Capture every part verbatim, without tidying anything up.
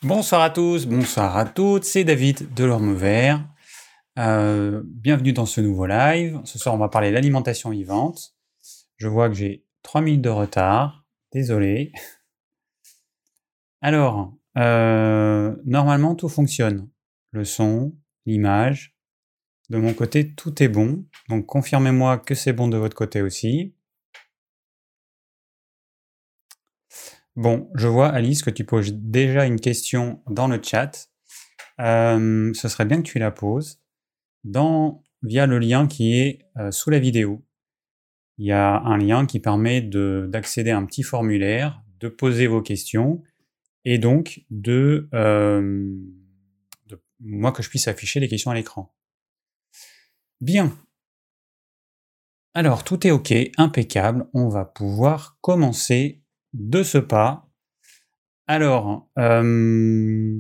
Bonsoir à tous, bonsoir à toutes, c'est David de l'Orme Vert. Euh, bienvenue dans ce nouveau live. Ce soir, on va parler de l'alimentation vivante. Je vois que j'ai trois minutes de retard. Désolé. Alors, euh, normalement, tout fonctionne. Le son, l'image. De mon côté, tout est bon. Donc, confirmez-moi que c'est bon de votre côté aussi. Bon, je vois, Alice, que tu poses déjà une question dans le chat. Euh, ce serait bien que tu la poses. Dans, via le lien qui est euh, sous la vidéo. Il y a un lien qui permet de, d'accéder à un petit formulaire, de poser vos questions et donc de, euh, de moi que je puisse afficher les questions à l'écran. Bien. Alors tout est ok, impeccable. On va pouvoir commencer de ce pas. Alors, euh,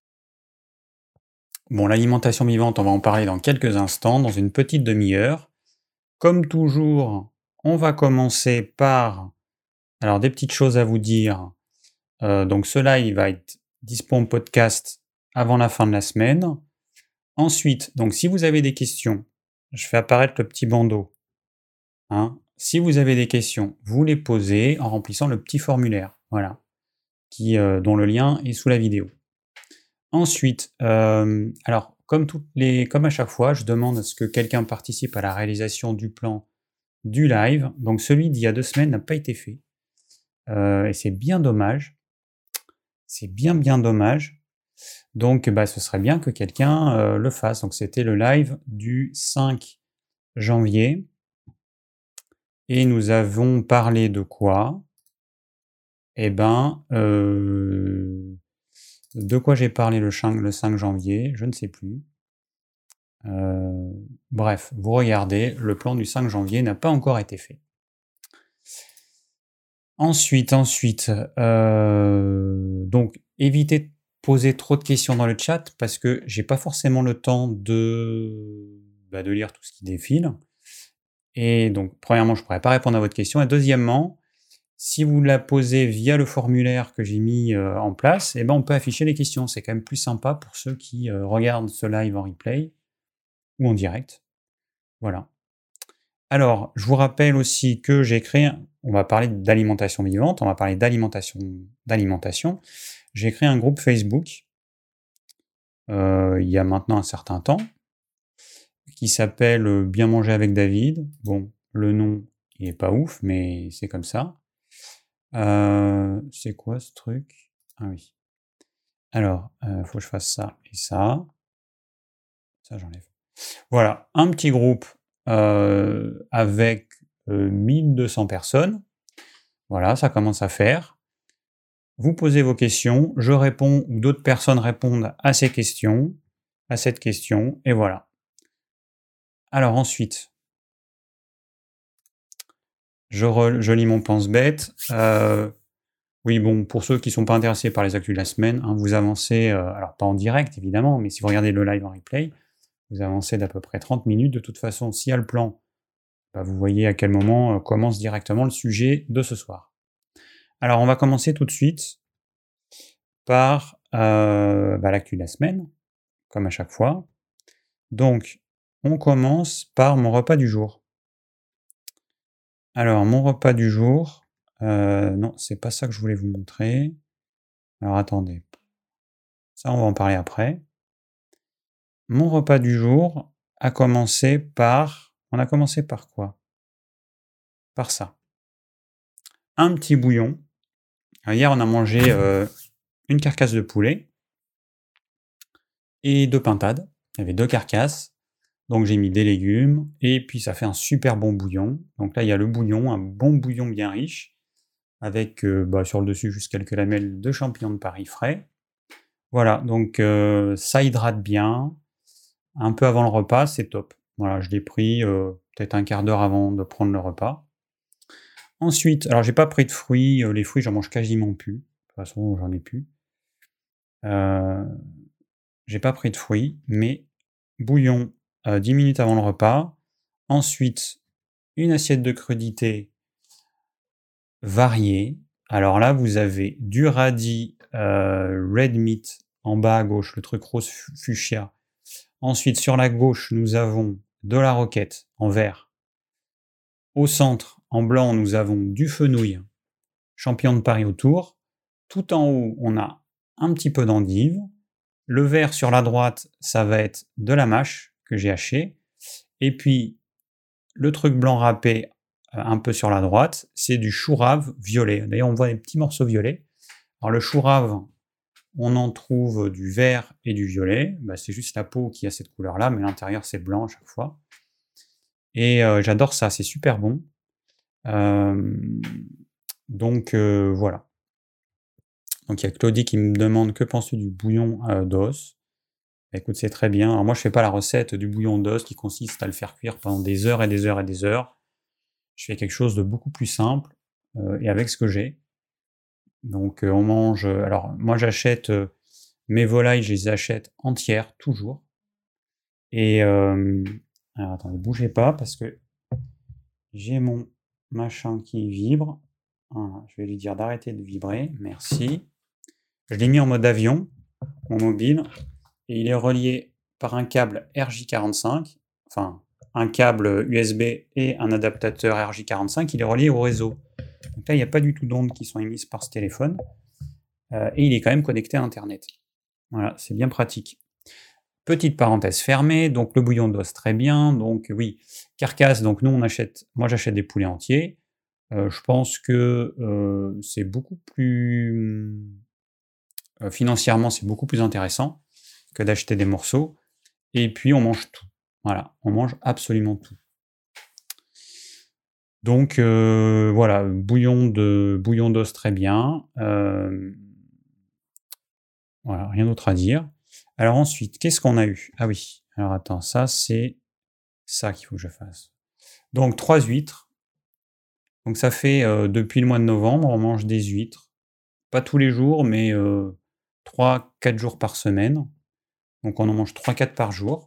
bon, l'alimentation vivante, on va en parler dans quelques instants, dans une petite demi-heure. Comme toujours, on va commencer par alors des petites choses à vous dire. Euh, donc ce live va être dispo en podcast avant la fin de la semaine. Ensuite, donc si vous avez des questions, je fais apparaître le petit bandeau. Hein. Si vous avez des questions, vous les posez en remplissant le petit formulaire, voilà, qui, euh, dont le lien est sous la vidéo. Ensuite, euh, alors comme toutes les, comme à chaque fois, je demande à ce que quelqu'un participe à la réalisation du plan du live. Donc celui d'il y a deux semaines n'a pas été fait. Euh, et c'est bien dommage. C'est bien bien dommage. Donc bah, ce serait bien que quelqu'un euh, le fasse. Donc c'était le live du cinq janvier. Et nous avons parlé de quoi? Eh ben, euh, de quoi j'ai parlé le cinq, le cinq janvier? Je ne sais plus. Euh, bref, vous regardez, le plan du cinq janvier n'a pas encore été fait. Ensuite, ensuite, euh, donc évitez de poser trop de questions dans le chat parce que j'ai pas forcément le temps de, bah, de lire tout ce qui défile. Et donc, premièrement, je pourrais pas répondre à votre question. Et deuxièmement, si vous la posez via le formulaire que j'ai mis euh, en place, eh ben, on peut afficher les questions. C'est quand même plus sympa pour ceux qui euh, regardent ce live en replay ou en direct. Voilà. Alors, je vous rappelle aussi que j'ai créé, on va parler d'alimentation vivante, on va parler d'alimentation, d'alimentation. J'ai créé un groupe Facebook euh, il y a maintenant un certain temps qui s'appelle Bien manger avec David. Bon, le nom, il est pas ouf, mais c'est comme ça. Euh, c'est quoi ce truc? Ah oui. Alors, euh, faut que je fasse ça et ça. Ça, j'enlève. Voilà, un petit groupe euh, avec euh, mille deux cents personnes. Voilà, ça commence à faire. Vous posez vos questions, je réponds ou d'autres personnes répondent à ces questions, à cette question, et voilà. Alors ensuite, je, re, je lis mon pense-bête. Euh, oui, bon, pour ceux qui ne sont pas intéressés par les actus de la semaine, hein, vous avancez, euh, alors pas en direct évidemment, mais si vous regardez le live en replay, vous avancez d'à peu près trente minutes. De toute façon, s'il y a le plan, bah, vous voyez à quel moment euh, commence directement le sujet de ce soir. Alors on va commencer tout de suite par euh, bah, l'actu de la semaine, comme à chaque fois. Donc, on commence par mon repas du jour. Alors, mon repas du jour, euh, non, c'est pas ça que je voulais vous montrer. Alors, attendez. Ça, on va en parler après. Mon repas du jour a commencé par... On a commencé par quoi? Par ça. Un petit bouillon. Alors, hier, on a mangé euh, une carcasse de poulet et deux pintades. Il y avait deux carcasses. Donc j'ai mis des légumes, et puis ça fait un super bon bouillon. Donc là, il y a le bouillon, un bon bouillon bien riche, avec euh, bah, sur le dessus juste quelques lamelles de champignons de Paris frais. Voilà, donc euh, ça hydrate bien. Un peu avant le repas, c'est top. Voilà, je l'ai pris euh, peut-être un quart d'heure avant de prendre le repas. Ensuite, alors j'ai pas pris de fruits, euh, les fruits j'en mange quasiment plus. De toute façon, j'en ai plus. Euh, j'ai pas pris de fruits, mais bouillon euh, dix minutes avant le repas. Ensuite, une assiette de crudités variée. Alors là, vous avez du radis euh, red meat en bas à gauche, le truc rose fuchsia. Ensuite, sur la gauche, nous avons de la roquette en vert. Au centre, en blanc, nous avons du fenouil, champignon de Paris autour. Tout en haut, on a un petit peu d'endive. Le vert sur la droite, ça va être de la mâche que j'ai hachée. Et puis, le truc blanc râpé un peu sur la droite, c'est du chou rave violet. D'ailleurs, on voit des petits morceaux violets. Alors, le chou rave, on en trouve du vert et du violet. Bah, c'est juste la peau qui a cette couleur-là, mais l'intérieur, c'est blanc à chaque fois. Et euh, j'adore ça, c'est super bon. Euh, donc, euh, voilà. Donc, il y a Claudie qui me demande que penses-tu du bouillon euh, d'os. Écoute, c'est très bien. Alors moi, je fais pas la recette du bouillon d'os qui consiste à le faire cuire pendant des heures et des heures et des heures. Je fais quelque chose de beaucoup plus simple euh, et avec ce que j'ai. Donc, euh, on mange... Alors, moi, j'achète euh, mes volailles, je les achète entières, toujours. Et... Euh, alors, attendez, bougez pas, parce que j'ai mon machin qui vibre. Voilà, je vais lui dire d'arrêter de vibrer. Merci. Je l'ai mis en mode avion, mon mobile. Et il est relié par un câble R J quarante-cinq, enfin un câble U S B et un adaptateur R J quarante-cinq, il est relié au réseau. Donc là, il n'y a pas du tout d'ondes qui sont émises par ce téléphone, euh, et il est quand même connecté à Internet. Voilà, c'est bien pratique. Petite parenthèse fermée, donc le bouillon d'os très bien, donc oui, carcasse, donc nous on achète, moi j'achète des poulets entiers, euh, je pense que euh, c'est beaucoup plus, euh, financièrement c'est beaucoup plus intéressant que d'acheter des morceaux, et puis on mange tout. Voilà, on mange absolument tout. Donc euh, voilà, bouillon de bouillon d'os très bien. Euh, voilà, rien d'autre à dire. Alors ensuite, qu'est-ce qu'on a eu? Ah oui, alors attends, ça c'est ça qu'il faut que je fasse. Donc trois huîtres. Donc ça fait euh, depuis le mois de novembre, on mange des huîtres. Pas tous les jours, mais euh, trois quatre jours par semaine. Donc on en mange trois quatre par jour.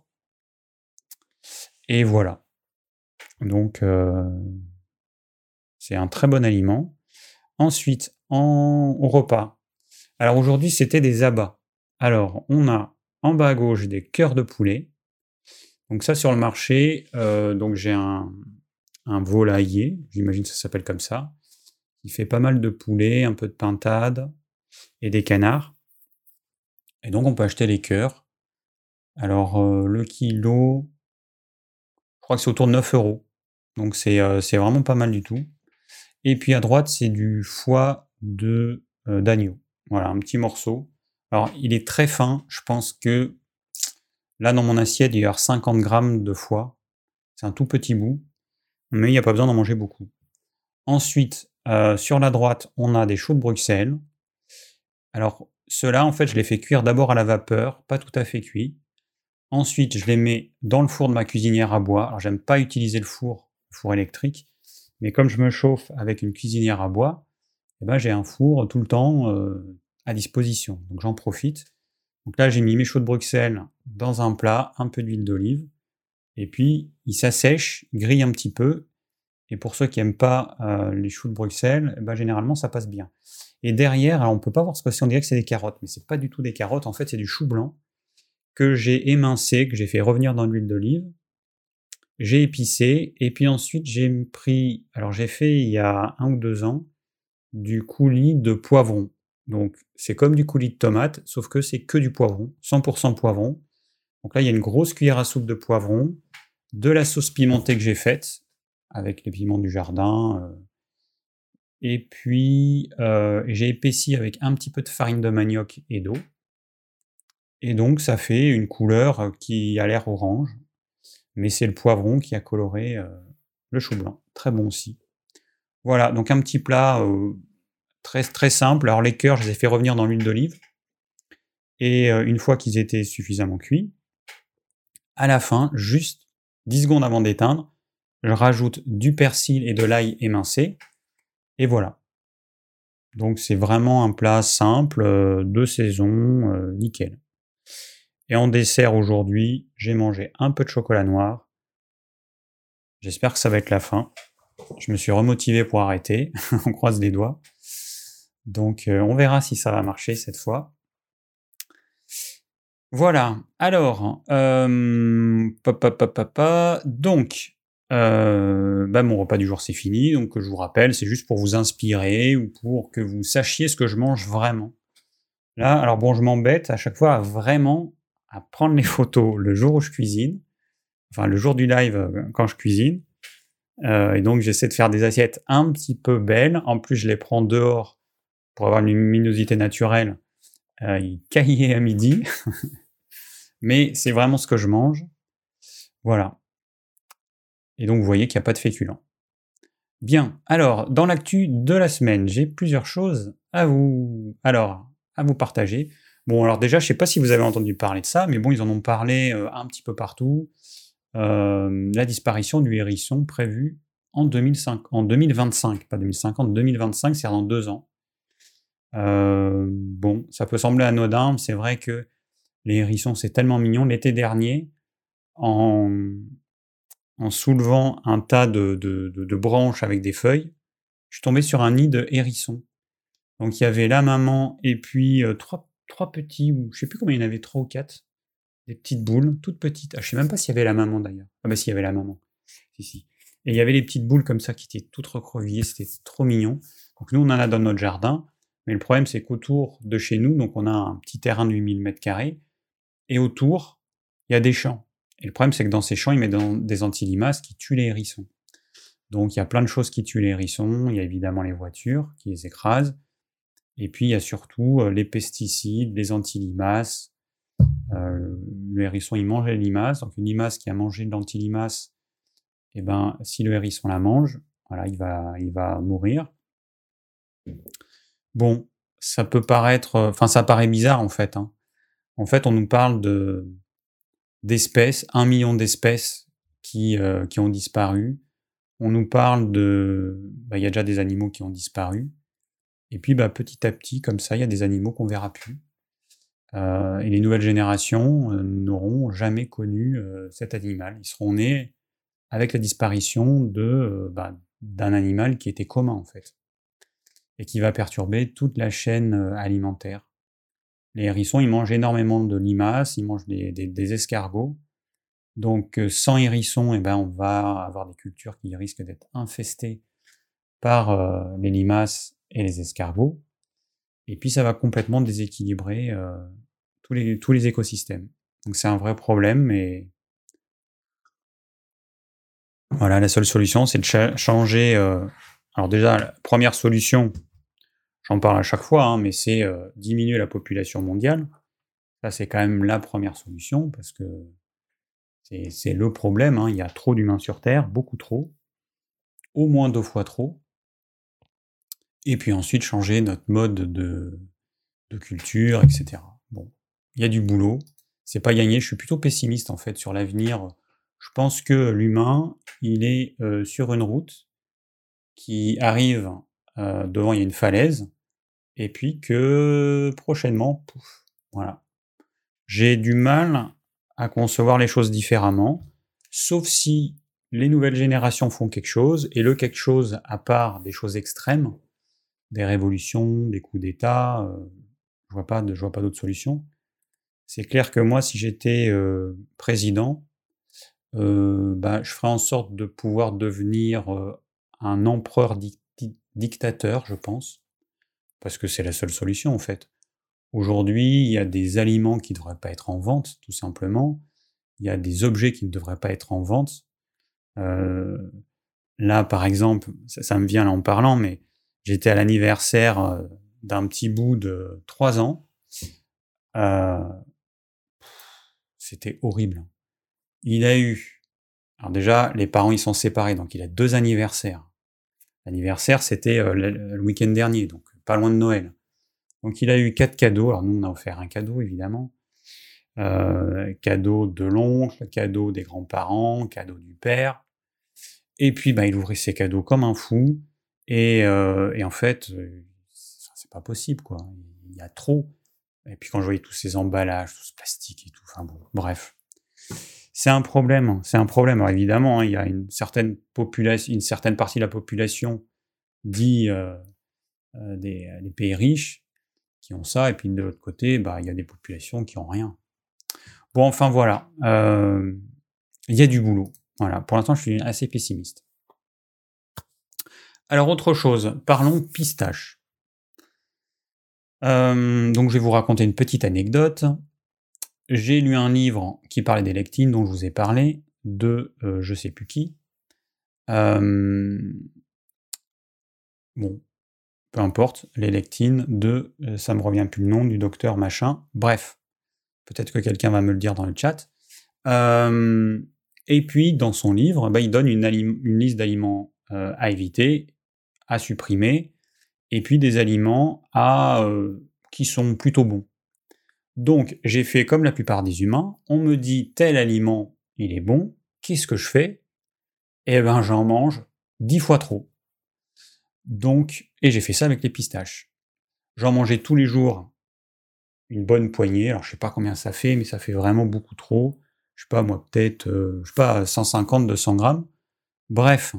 Et voilà. Donc euh, c'est un très bon aliment. Ensuite, en au repas. Alors aujourd'hui, c'était des abats. Alors, on a en bas à gauche des cœurs de poulet. Donc ça, sur le marché, euh, donc j'ai un, un volailler, j'imagine que ça s'appelle comme ça, qui fait pas mal de poulet, un peu de pintade et des canards. Et donc on peut acheter les cœurs. Alors euh, le kilo, je crois que c'est autour de neuf euros. Donc c'est euh, c'est vraiment pas mal du tout. Et puis à droite, c'est du foie de euh, d'agneau. Voilà, un petit morceau. Alors, il est très fin. Je pense que là, dans mon assiette, il y a cinquante grammes de foie. C'est un tout petit bout, mais il n'y a pas besoin d'en manger beaucoup. Ensuite, euh, sur la droite, on a des choux de Bruxelles. Alors, ceux-là, en fait, je les fais cuire d'abord à la vapeur, pas tout à fait cuits. Ensuite, je les mets dans le four de ma cuisinière à bois. Alors, j'aime pas utiliser le four, le four électrique, mais comme je me chauffe avec une cuisinière à bois, eh ben, j'ai un four tout le temps euh, à disposition. Donc j'en profite. Donc là, j'ai mis mes choux de Bruxelles dans un plat, un peu d'huile d'olive, et puis ils s'assèchent, ils grillent un petit peu. Et pour ceux qui n'aiment pas euh, les choux de Bruxelles, eh ben, généralement ça passe bien. Et derrière, alors on peut pas voir ce que c'est, on dirait que c'est des carottes, mais c'est pas du tout des carottes. En fait, c'est du chou blanc que j'ai émincé, que j'ai fait revenir dans l'huile d'olive. J'ai épicé, et puis ensuite j'ai pris, alors j'ai fait il y a un ou deux ans, du coulis de poivron. Donc c'est comme du coulis de tomate, sauf que c'est que du poivron, cent pour cent poivron. Donc là, il y a une grosse cuillère à soupe de poivron, de la sauce pimentée que j'ai faite, avec les piments du jardin, euh, et puis euh, j'ai épaissi avec un petit peu de farine de manioc et d'eau. Et donc ça fait une couleur qui a l'air orange, mais c'est le poivron qui a coloré euh, le chou blanc. Très bon aussi. Voilà, donc un petit plat euh, très, très simple. Alors les cœurs, je les ai fait revenir dans l'huile d'olive. Et euh, une fois qu'ils étaient suffisamment cuits, à la fin, juste dix secondes avant d'éteindre, je rajoute du persil et de l'ail émincé. Et voilà. Donc c'est vraiment un plat simple, euh, de saison, euh, nickel. Et en dessert aujourd'hui, j'ai mangé un peu de chocolat noir. J'espère que ça va être la fin. Je me suis remotivé pour arrêter. On croise les doigts. Donc, euh, on verra si ça va marcher cette fois. Voilà. Alors, euh, pa, pa, pa, pa, pa. donc, euh, bah, mon repas du jour c'est fini. Donc, je vous rappelle, c'est juste pour vous inspirer ou pour que vous sachiez ce que je mange vraiment. Là, alors bon, je m'embête à chaque fois à vraiment à prendre les photos le jour où je cuisine, enfin le jour du live euh, quand je cuisine. Euh, et donc, j'essaie de faire des assiettes un petit peu belles. En plus, je les prends dehors pour avoir une luminosité naturelle. Euh, il caillait à midi. Mais c'est vraiment ce que je mange. Voilà. Et donc, vous voyez qu'il n'y a pas de féculents. Bien. Alors, dans l'actu de la semaine, j'ai plusieurs choses à vous, alors, à vous partager. Bon, alors déjà, je ne sais pas si vous avez entendu parler de ça, mais bon, ils en ont parlé euh, un petit peu partout. Euh, la disparition du hérisson prévue en, deux mille cinq, en deux mille vingt-cinq, pas deux mille cinquante, deux mille vingt-cinq, c'est dans deux ans. Euh, bon, ça peut sembler anodin, mais c'est vrai que les hérissons, c'est tellement mignon. L'été dernier, en, en soulevant un tas de, de, de, de branches avec des feuilles, je suis tombé sur un nid de hérissons. Donc il y avait la maman et puis euh, trois, trois petits, ou je sais plus combien il y en avait, trois ou quatre, des petites boules, toutes petites. Ah, je sais même pas s'il y avait la maman d'ailleurs. Ah bah s'il y avait la maman. Si, si. Et il y avait les petites boules comme ça qui étaient toutes recroquevillées, c'était trop mignon. Donc nous on en a dans notre jardin, mais le problème c'est qu'autour de chez nous, donc on a un petit terrain de huit mille mètres carrés, et autour, il y a des champs. Et le problème c'est que dans ces champs, ils mettent des antilimaces qui tuent les hérissons. Donc il y a plein de choses qui tuent les hérissons, il y a évidemment les voitures qui les écrasent, et puis il y a surtout les pesticides, les antilimaces. Euh, le hérisson il mange les limaces, donc une limace qui a mangé de l'antilimace, et ben si le hérisson la mange, voilà, il va, il va mourir. Bon, ça peut paraître, enfin ça paraît bizarre en fait. Hein. En fait, on nous parle de d'espèces, un million d'espèces qui, euh, qui ont disparu. On nous parle de, bah, il y a déjà des animaux qui ont disparu. Et puis, bah, petit à petit, comme ça, il y a des animaux qu'on verra plus. Euh, et les nouvelles générations euh, n'auront jamais connu euh, cet animal. Ils seront nés avec la disparition de, euh, bah, d'un animal qui était commun, en fait, et qui va perturber toute la chaîne euh, alimentaire. Les hérissons, ils mangent énormément de limaces, ils mangent des, des, des escargots. Donc, euh, sans hérissons, eh ben, on va avoir des cultures qui risquent d'être infestées par euh, les limaces et les escargots. Et puis, ça va complètement déséquilibrer euh, tous, les, tous les écosystèmes. Donc, c'est un vrai problème, mais voilà, la seule solution, c'est de cha- changer. Euh... Alors, déjà, la première solution, j'en parle à chaque fois, hein, mais c'est euh, diminuer la population mondiale. Ça, c'est quand même la première solution, parce que c'est, c'est le problème. Hein. Il y a trop d'humains sur Terre, beaucoup trop, au moins deux fois trop. Et puis ensuite, changer notre mode de, de culture, et cetera. Bon, il y a du boulot. C'est pas gagné. Je suis plutôt pessimiste en fait sur l'avenir. Je pense que l'humain, il est euh, sur une route qui arrive euh, devant, il y a une falaise, et puis que prochainement, pouf, voilà. J'ai du mal à concevoir les choses différemment, sauf si les nouvelles générations font quelque chose, et le quelque chose, à part des choses extrêmes, des révolutions, des coups d'État, euh, je vois pas, de, je vois pas d'autre solution. C'est clair que moi, si j'étais euh, président, euh, bah, je ferais en sorte de pouvoir devenir euh, un empereur di- di- dictateur, je pense, parce que c'est la seule solution en fait. Aujourd'hui, il y a des aliments qui ne devraient pas être en vente, tout simplement. Il y a des objets qui ne devraient pas être en vente. Euh, là, par exemple, ça, ça me vient là en parlant, mais j'étais à l'anniversaire euh, d'un petit bout de trois ans. Euh, c'était horrible. Il a eu... Alors déjà, les parents, ils sont séparés, donc il a deux anniversaires. L'anniversaire, c'était euh, le, le week-end dernier, donc pas loin de Noël. Donc il a eu quatre cadeaux. Alors nous, on a offert un cadeau, évidemment. Euh, cadeau de l'oncle, cadeau des grands-parents, cadeau du père. Et puis, bah, il ouvrait ses cadeaux comme un fou. Et, euh, et en fait, euh, c'est pas possible, quoi. Il y a trop. Et puis quand je voyais tous ces emballages, tout ce plastique et tout, enfin bon, bref. C'est un problème, c'est un problème. Alors évidemment, hein, il y a une certaine population, une certaine partie de la population dit, euh, euh, des, des pays riches qui ont ça, et puis de l'autre côté, bah, il y a des populations qui ont rien. Bon, enfin voilà, euh, il y a du boulot. Voilà, pour l'instant, je suis assez pessimiste. Alors, autre chose, parlons pistache. Euh, donc, je vais vous raconter une petite anecdote. J'ai lu un livre qui parlait des lectines, dont je vous ai parlé, de euh, je sais plus qui. Euh, bon, peu importe, les lectines de, euh, ça me revient plus le nom, du docteur machin. Bref, peut-être que quelqu'un va me le dire dans le chat. Euh, et puis, dans son livre, bah, il donne une, alim- une liste d'aliments euh, à éviter, à supprimer, et puis des aliments à, euh, qui sont plutôt bons. Donc, j'ai fait comme la plupart des humains, on me dit tel aliment, il est bon, qu'est-ce que je fais? Eh ben, j'en mange dix fois trop. Donc, et j'ai fait ça avec les pistaches. J'en mangeais tous les jours une bonne poignée, alors je sais pas combien ça fait, mais ça fait vraiment beaucoup trop. Je sais pas, moi, peut-être, euh, je sais pas, cent cinquante, deux cents grammes. Bref,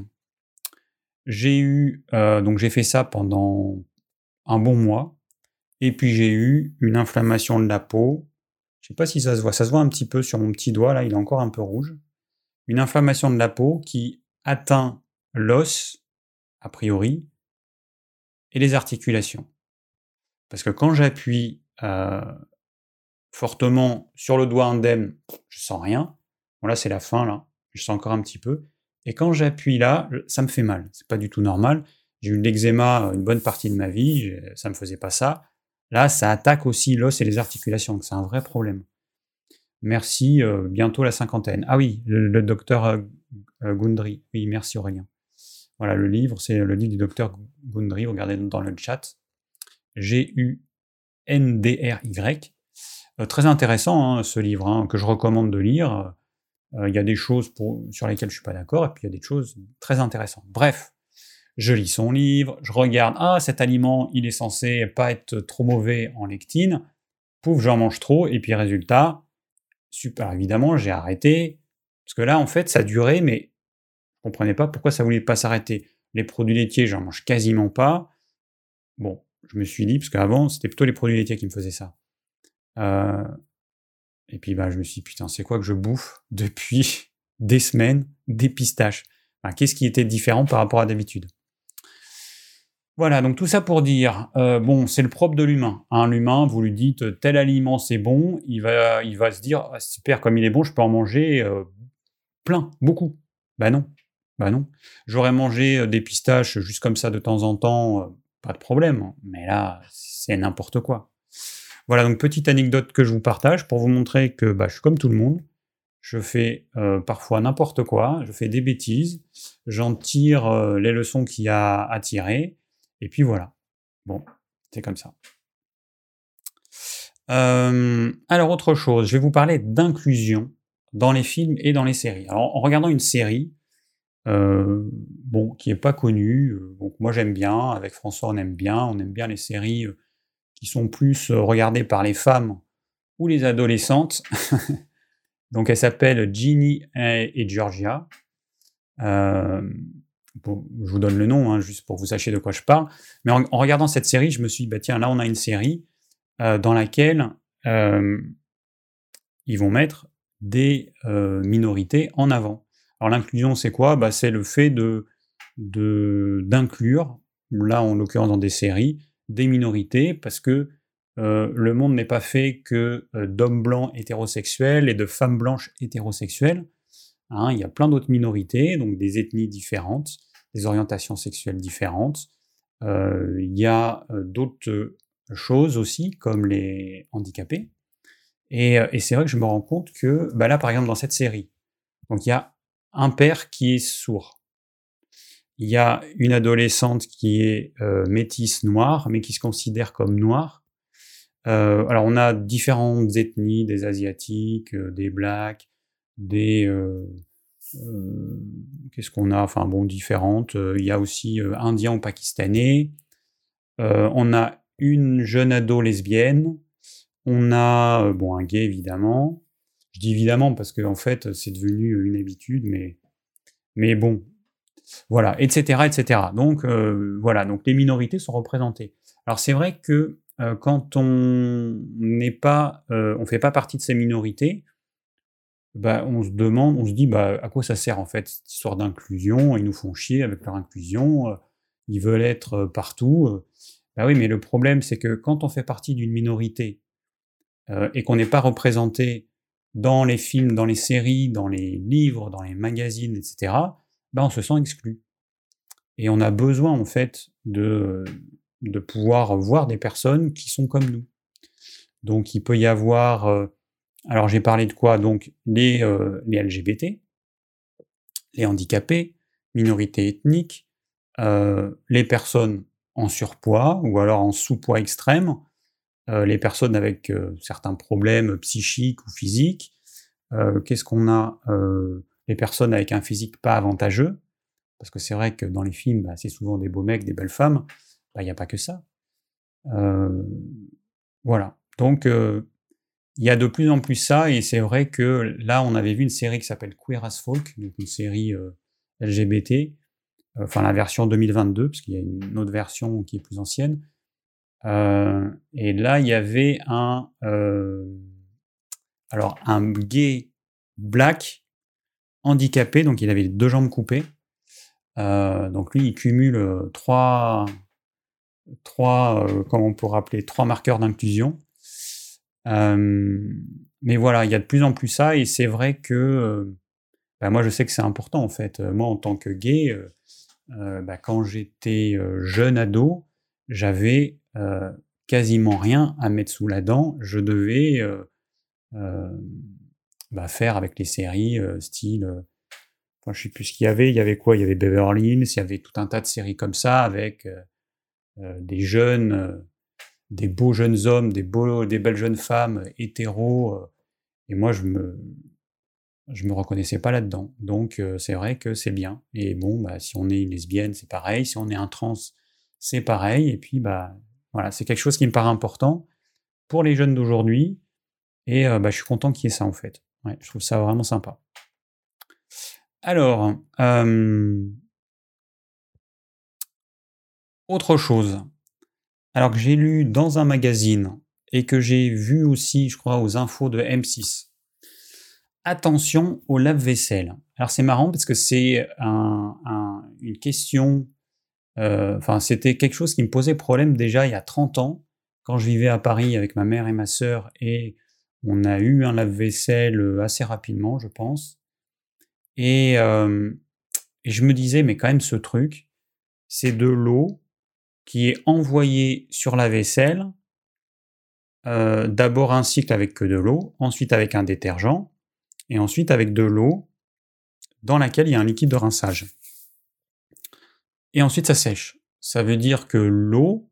j'ai eu, euh, donc j'ai fait ça pendant un bon mois, et puis j'ai eu une inflammation de la peau. Je sais pas si ça se voit, ça se voit un petit peu sur mon petit doigt, là, il est encore un peu rouge. Une inflammation de la peau qui atteint l'os, a priori, et les articulations. Parce que quand j'appuie euh, fortement sur le doigt indemne, je sens rien. Bon, là, c'est la fin, là. Je sens encore un petit peu. Et quand j'appuie là, ça me fait mal. C'est pas du tout normal. J'ai eu de l'eczéma une bonne partie de ma vie. Ça me faisait pas ça. Là, ça attaque aussi l'os et les articulations. Donc, c'est un vrai problème. Merci. Euh, bientôt la cinquantaine. Ah oui, le, le docteur euh, Gundry. Oui, merci Aurélien. Voilà, le livre, c'est le livre du docteur Gundry. Regardez dans le chat. G U N D R Y. Euh, très intéressant, hein, ce livre, hein, que je recommande de lire. Il euh, y a des choses pour, sur lesquelles je suis pas d'accord, et puis il y a des choses très intéressantes. Bref, je lis son livre, je regarde, ah, cet aliment, il est censé pas être trop mauvais en lectine. Pouf, j'en mange trop, et puis résultat, super, évidemment, j'ai arrêté, parce que là, en fait, ça durait, mais je comprenais pas pourquoi ça voulait pas s'arrêter. Les produits laitiers, j'en mange quasiment pas. Bon, je me suis dit, parce qu'avant, c'était plutôt les produits laitiers qui me faisaient ça. Euh, et puis bah, je me suis dit, putain, c'est quoi que je bouffe depuis des semaines? Des pistaches. Enfin, qu'est-ce qui était différent par rapport à d'habitude? Voilà, donc tout ça pour dire, euh, bon, c'est le propre de l'humain. Hein, l'humain, vous lui dites, tel aliment c'est bon, il va, il va se dire, ah, super, comme il est bon, je peux en manger euh, plein, beaucoup. Bah non, bah non. J'aurais mangé des pistaches juste comme ça de temps en temps, euh, pas de problème. Mais là, c'est n'importe quoi. Voilà, donc petite anecdote que je vous partage pour vous montrer que bah, je suis comme tout le monde. Je fais euh, parfois n'importe quoi, je fais des bêtises, j'en tire euh, les leçons qu'il y a à tirer, et puis voilà. Bon, c'est comme ça. Euh, alors autre chose, je vais vous parler d'inclusion dans les films et dans les séries. Alors en regardant une série, euh, bon, qui est pas connue, euh, donc moi j'aime bien, avec François on aime bien, on aime bien les séries euh, qui sont plus euh, regardées par les femmes ou les adolescentes. Donc elle s'appelle Ginny et, et Georgia. Euh, bon, je vous donne le nom, hein, juste pour que vous sachiez de quoi je parle. Mais en, en regardant cette série, je me suis dit, bah tiens, là on a une série euh, dans laquelle euh, ils vont mettre des euh, minorités en avant. Alors l'inclusion, c'est quoi? Bah, c'est le fait de, de, d'inclure, là en l'occurrence dans des séries, des minorités, parce que euh, le monde n'est pas fait que euh, d'hommes blancs hétérosexuels et de femmes blanches hétérosexuelles. Hein, il y a plein d'autres minorités, donc des ethnies différentes, des orientations sexuelles différentes. Euh, il y a euh, d'autres choses aussi, comme les handicapés. Et, euh, et c'est vrai que je me rends compte que, bah là, par exemple, dans cette série, donc il y a un père qui est sourd. Il y a une adolescente qui est euh, métisse noire, mais qui se considère comme noire. Euh, alors on a différentes ethnies, des asiatiques, euh, des blacks, des... Euh, euh, qu'est-ce qu'on a? Enfin bon, différentes. Euh, il y a aussi euh, indiens ou pakistanais. Euh, on a une jeune ado lesbienne. On a, euh, bon, un gay évidemment. Je dis évidemment parce que en fait c'est devenu une habitude, mais, mais bon, voilà, et cetera, et cetera. Donc euh, voilà, donc les minorités sont représentées. Alors c'est vrai que, heu, quand on n'est pas, heu, on fait pas partie de ces minorités, bah, on se demande on se dit: «Bah, à quoi ça sert en fait cette histoire d'inclusion? Ils nous font chier avec leur inclusion, heu, ils veulent être, heu, partout, heu». Bah oui, mais le problème, c'est que quand on fait partie d'une minorité, heu, et qu'on n'est pas représenté dans les films, dans les séries, dans les livres, dans les magazines et cetera, bah, on se sent exclu et on a besoin en fait de, de pouvoir voir des personnes qui sont comme nous. Donc il peut y avoir, heu, alors j'ai parlé de quoi? Donc les, heu, les L G B T, les handicapés, minorités ethniques, heu, les personnes en surpoids ou alors en sous-poids extrême, heu, les personnes avec, heu, certains problèmes psychiques ou physiques. Heu, qu'est-ce qu'on a? Heu, les personnes avec un physique pas avantageux, parce que c'est vrai que dans les films, bah, c'est souvent des beaux mecs, des belles femmes. Bah, il y a pas que ça. Heu, voilà. Donc heu, il y a de plus en plus ça et c'est vrai que là, on avait vu une série qui s'appelle Queer as Folk, donc une série, heu, L G B T, heu, enfin la version deux mille vingt-deux, parce qu'il y a une autre version qui est plus ancienne. Heu et là, il y avait un, hem, alors un gay black handicapé, donc il avait les deux jambes coupées. Heu, donc lui, il cumule, heu, trois trois, heu, comment on pourrait appeler? Trois marqueurs d'inclusion. Hem, mais voilà, il y a de plus en plus ça et c'est vrai que, heu, bah, moi je sais que c'est important en fait. Heu, moi en tant que gay, heu heu, bah, quand j'étais, heu, jeune ado, j'avais, heu, quasiment rien à mettre sous la dent. Je devais, heu, hem, bah, faire avec les séries, heu, style, heu, enfin je sais plus ce qu'il y avait. Il y avait quoi? Il y avait Beverly Hills, il y avait tout un tas de séries comme ça avec, heu heu, des jeunes, heu, des beaux jeunes hommes, des beaux des belles jeunes femmes hétéros, heu et moi je me je me reconnaissais pas là-dedans. Donc heu, c'est vrai que c'est bien et bon, bah, si on est une lesbienne, c'est pareil, si on est un trans, c'est pareil et puis, bah, voilà, c'est quelque chose qui me paraît important pour les jeunes d'aujourd'hui et heu, bah, je suis content qu'il y ait ça, en fait. Ouais, je trouve ça vraiment sympa. Alors, hem, autre chose, alors que j'ai lu dans un magazine et que j'ai vu aussi, je crois, aux infos de M six. Attention au lave-vaisselle. Alors c'est marrant parce que c'est un un une question. Heu, enfin, c'était quelque chose qui me posait problème déjà il y a trente ans, quand je vivais à Paris avec ma mère et ma sœur et on a eu un lave-vaisselle, heu, assez rapidement, je pense et hem et je me disais: «Mais quand même ce truc, c'est de l'eau qui est envoyée sur la vaisselle, heu, d'abord un cycle avec que de l'eau, ensuite avec un détergent et ensuite avec de l'eau dans laquelle il y a un liquide de rinçage et ensuite ça sèche». Ça veut dire que l'eau,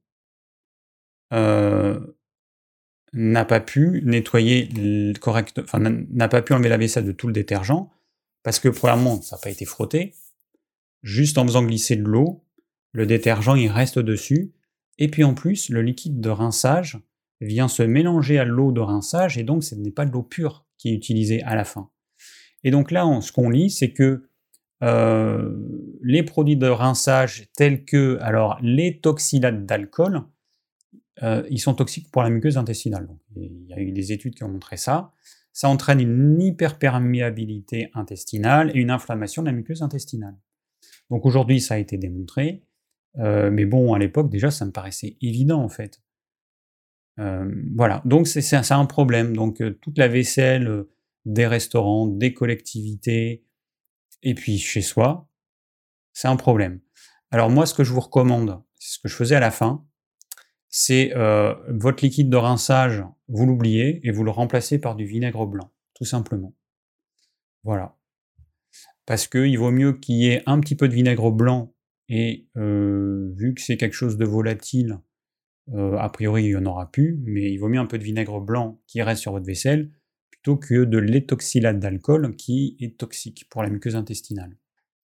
heu n'a pas pu nettoyer l correct enfin n'a n'a pas pu enlever la vaisselle de tout le détergent, parce que premièrement, ça a pas été frotté. Juste en faisant glisser de l'eau, le détergent il reste dessus et puis en plus, le liquide de rinçage vient se mélanger à l'eau de rinçage et donc ce n'est pas de l'eau pure qui est utilisée à la fin. Et donc là, on ce qu'on lit, c'est que, heu, les produits de rinçage tels que alors les toxylates d'alcool, Heu, ils sont toxiques pour la muqueuse intestinale. Donc il y a eu des études qui ont montré ça. Ça entraîne une hyperperméabilité intestinale et une inflammation de la muqueuse intestinale. Donc aujourd'hui, ça a été démontré, heu, mais bon, à l'époque, déjà, ça me paraissait évident, en fait. Hem, voilà, donc c'est c'est un c'est un problème. Donc heu, toute la vaisselle, heu, des restaurants, des collectivités et puis chez soi, c'est un problème. Alors moi, ce que je vous recommande, c'est ce que je faisais à la fin, c'est, heu, votre liquide de rinçage, vous l'oubliez et vous le remplacez par du vinaigre blanc, tout simplement. Voilà. Parce qu'il vaut mieux qu'il y ait un petit peu de vinaigre blanc et heu, vu que c'est quelque chose de volatile, heu, a priori il y en aura plus, mais il vaut mieux un peu de vinaigre blanc qui reste sur votre vaisselle, plutôt que de l'étoxylate d'alcool qui est toxique pour la muqueuse intestinale.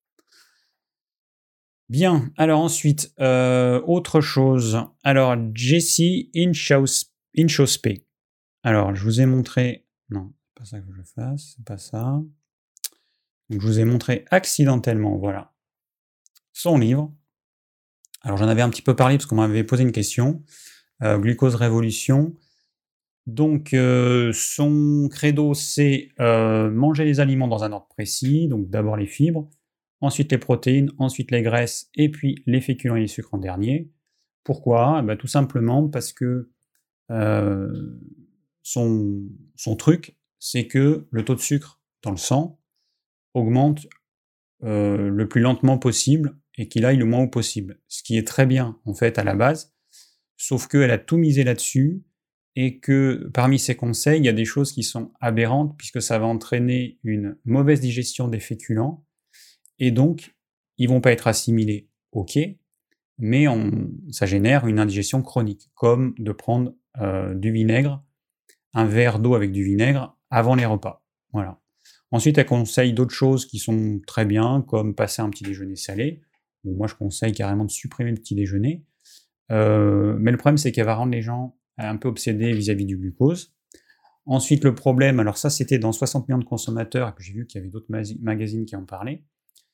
Bien, alors ensuite, heu, autre chose. Alors Jesse Inchaus Inchauspé. Alors, je vous ai montré non, c'est pas ça que je fasse, c'est pas ça. Donc je vous ai montré accidentellement, voilà, son livre. Alors j'en avais un petit peu parlé parce qu'on m'avait posé une question. Euh, Glucose Révolution. Donc euh, son credo, c'est euh, manger les aliments dans un ordre précis. Donc d'abord les fibres, ensuite les protéines, ensuite les graisses, et puis les féculents et les sucres en dernier. Pourquoi? Eh ben, tout simplement parce que euh, son, son truc, c'est que le taux de sucre dans le sang augmente euh, le plus lentement possible et qu'il aille le moins haut possible. Ce qui est très bien, en fait, à la base, sauf qu'elle a tout misé là-dessus et que parmi ses conseils, il y a des choses qui sont aberrantes puisque ça va entraîner une mauvaise digestion des féculents et donc ils vont pas être assimilés, ok, mais on, ça génère une indigestion chronique, comme de prendre euh, du vinaigre, un verre d'eau avec du vinaigre avant les repas. Voilà. Ensuite, elle conseille d'autres choses qui sont très bien, comme passer un petit déjeuner salé. Bon, moi, je conseille carrément de supprimer le petit déjeuner. Euh, mais le problème, c'est qu'elle va rendre les gens un peu obsédés vis-à-vis du glucose. Ensuite, le problème, alors ça, c'était dans soixante millions de consommateurs, et puis j'ai vu qu'il y avait d'autres magazines qui en parlaient.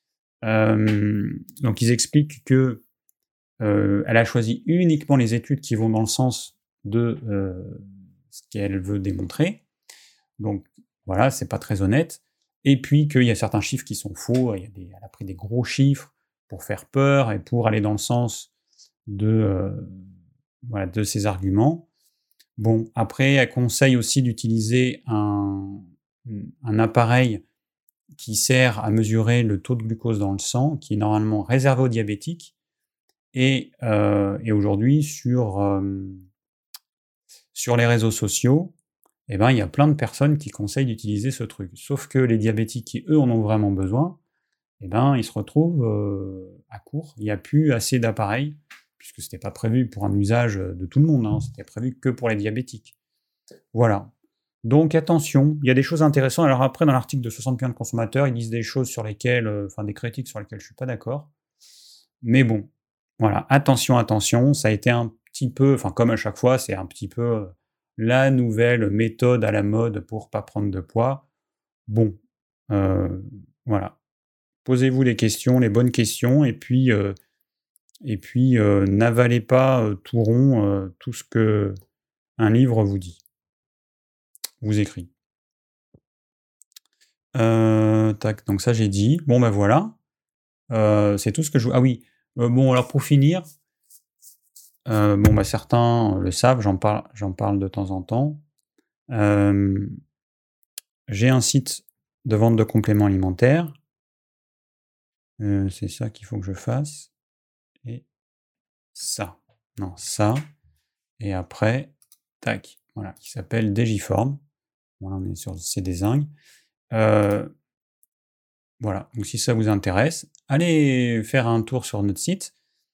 Euh, donc, ils expliquent que euh, elle a choisi uniquement les études qui vont dans le sens de euh, ce qu'elle veut démontrer. Donc, voilà, c'est pas très honnête. Et puis qu'il y a certains chiffres qui sont faux. Il y a des, elle a pris des gros chiffres pour faire peur et pour aller dans le sens de, euh, voilà, de ses arguments. Bon, après, elle conseille aussi d'utiliser un, un appareil qui sert à mesurer le taux de glucose dans le sang, qui est normalement réservé aux diabétiques. Et, euh, et aujourd'hui, sur, euh, sur les réseaux sociaux, eh ben, il y a plein de personnes qui conseillent d'utiliser ce truc. Sauf que les diabétiques qui, eux, en ont vraiment besoin, eh ben, ils se retrouvent euh, à court. Il n'y a plus assez d'appareils, puisque ce n'était pas prévu pour un usage de tout le monde, hein, c'était prévu que pour les diabétiques. Voilà. Donc attention, il y a des choses intéressantes. Alors après, dans l'article de soixante millions de consommateurs, ils disent des choses sur lesquelles, euh, enfin des critiques sur lesquelles je ne suis pas d'accord. Mais bon, voilà, attention, attention, ça a été un petit peu, enfin comme à chaque fois, c'est un petit peu euh, la nouvelle méthode à la mode pour pas prendre de poids. Bon, euh, voilà. Posez-vous les questions, les bonnes questions, et puis, euh, et puis euh, n'avalez pas euh, tout rond euh, tout ce que un livre vous dit, vous écrit. Euh, tac, donc ça j'ai dit. Bon ben voilà, euh, c'est tout ce que je. Ah oui. Euh, bon alors pour finir, euh, bon bah certains le savent, j'en parle, j'en parle de temps en temps. Euh, j'ai un site de vente de compléments alimentaires. Euh, c'est ça qu'il faut que je fasse. Et ça. Non, ça. Et après, tac, voilà, qui s'appelle Digiform. Voilà, on est sur ces désingues. Euh, voilà, donc si ça vous intéresse, allez faire un tour sur notre site.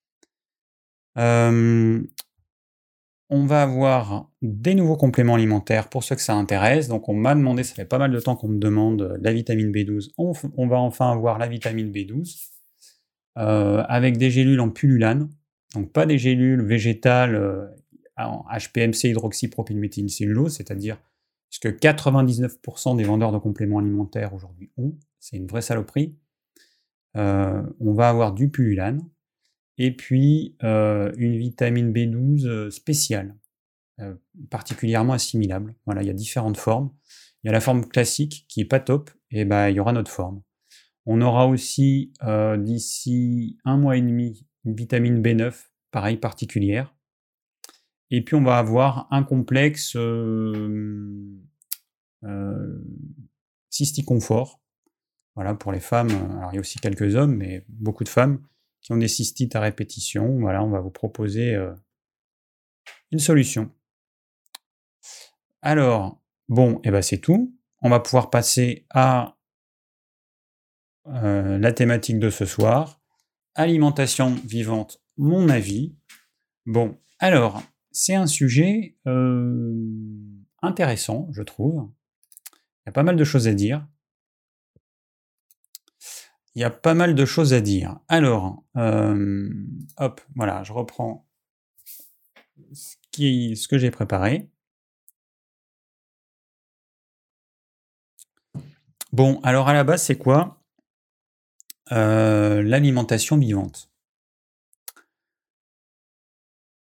Euh, on va avoir des nouveaux compléments alimentaires pour ceux que ça intéresse. Donc on m'a demandé, ça fait pas mal de temps qu'on me demande la vitamine B douze. On, on va enfin avoir la vitamine B douze euh, avec des gélules en pullulane. Donc pas des gélules végétales euh, en H P M C hydroxypropylméthylcellulose, c'est-à-dire ce que quatre-vingt-dix-neuf pour cent des vendeurs de compléments alimentaires aujourd'hui ont. C'est une vraie saloperie. Euh, on va avoir du pullulane et puis euh, une vitamine B douze spéciale, euh, particulièrement assimilable. Voilà, il y a différentes formes. Il y a la forme classique qui est pas top, et ben il y aura notre forme. On aura aussi euh, d'ici un mois et demi une vitamine B neuf, pareil particulière. Et puis on va avoir un complexe euh, euh, cysticonfort. Voilà, pour les femmes. Alors il y a aussi quelques hommes, mais beaucoup de femmes qui ont des cystites à répétition. Voilà, on va vous proposer euh, une solution. Alors, bon, et ben c'est tout. On va pouvoir passer à euh, la thématique de ce soir. Alimentation vivante, mon avis. Bon, alors, c'est un sujet euh, intéressant, je trouve. Il y a pas mal de choses à dire. Il y a pas mal de choses à dire. Alors, euh, hop, voilà, je reprends ce, qui, ce que j'ai préparé. Bon, alors à la base, c'est quoi euh, l'alimentation vivante?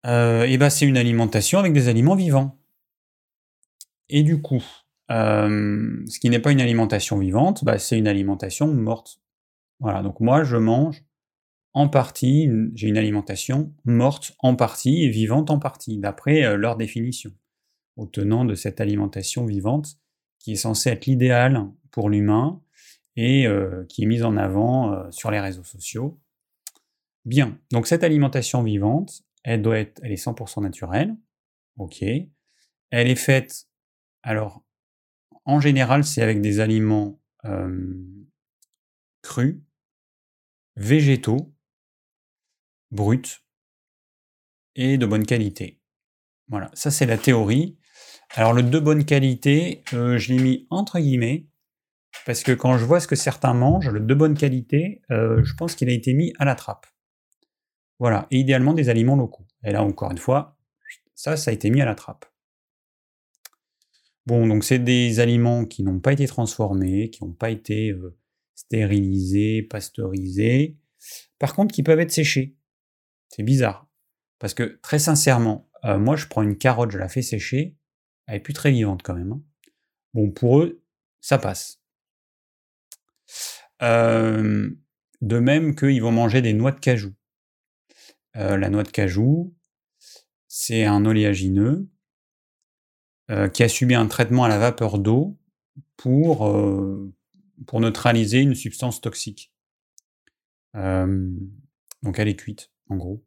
Euh, et ben c'est une alimentation avec des aliments vivants. Et du coup, euh, ce qui n'est pas une alimentation vivante, bah, c'est une alimentation morte. Voilà, donc moi je mange en partie, une- j'ai une alimentation morte en partie et vivante en partie, d'après euh, leur définition, aux tenants de cette alimentation vivante, qui est censée être l'idéal pour l'humain et euh, qui est mise en avant euh, sur les réseaux sociaux. Bien, donc cette alimentation vivante, elle doit être, elle est cent pour cent naturelle, ok. Elle est faite, alors en général, c'est avec des aliments euh, crus, végétaux, bruts et de bonne qualité. Voilà, ça c'est la théorie. Alors le de bonne qualité, euh, je l'ai mis entre guillemets, parce que quand je vois ce que certains mangent, le de bonne qualité, euh, je pense qu'il a été mis à la trappe. Voilà, et idéalement des aliments locaux. Et là encore une fois, ça, ça a été mis à la trappe. Bon, donc c'est des aliments qui n'ont pas été transformés, qui n'ont pas été euh, stérilisés, pasteurisés, par contre qui peuvent être séchés. C'est bizarre. Parce que très sincèrement, euh, moi je prends une carotte, je la fais sécher, elle est plus très vivante quand même, hein. Bon, pour eux, ça passe. Euh, de même qu'ils vont manger des noix de cajou. Euh, la noix de cajou, c'est un oléagineux euh, qui a subi un traitement à la vapeur d'eau pour, euh, pour neutraliser une substance toxique. Euh, donc elle est cuite, en gros.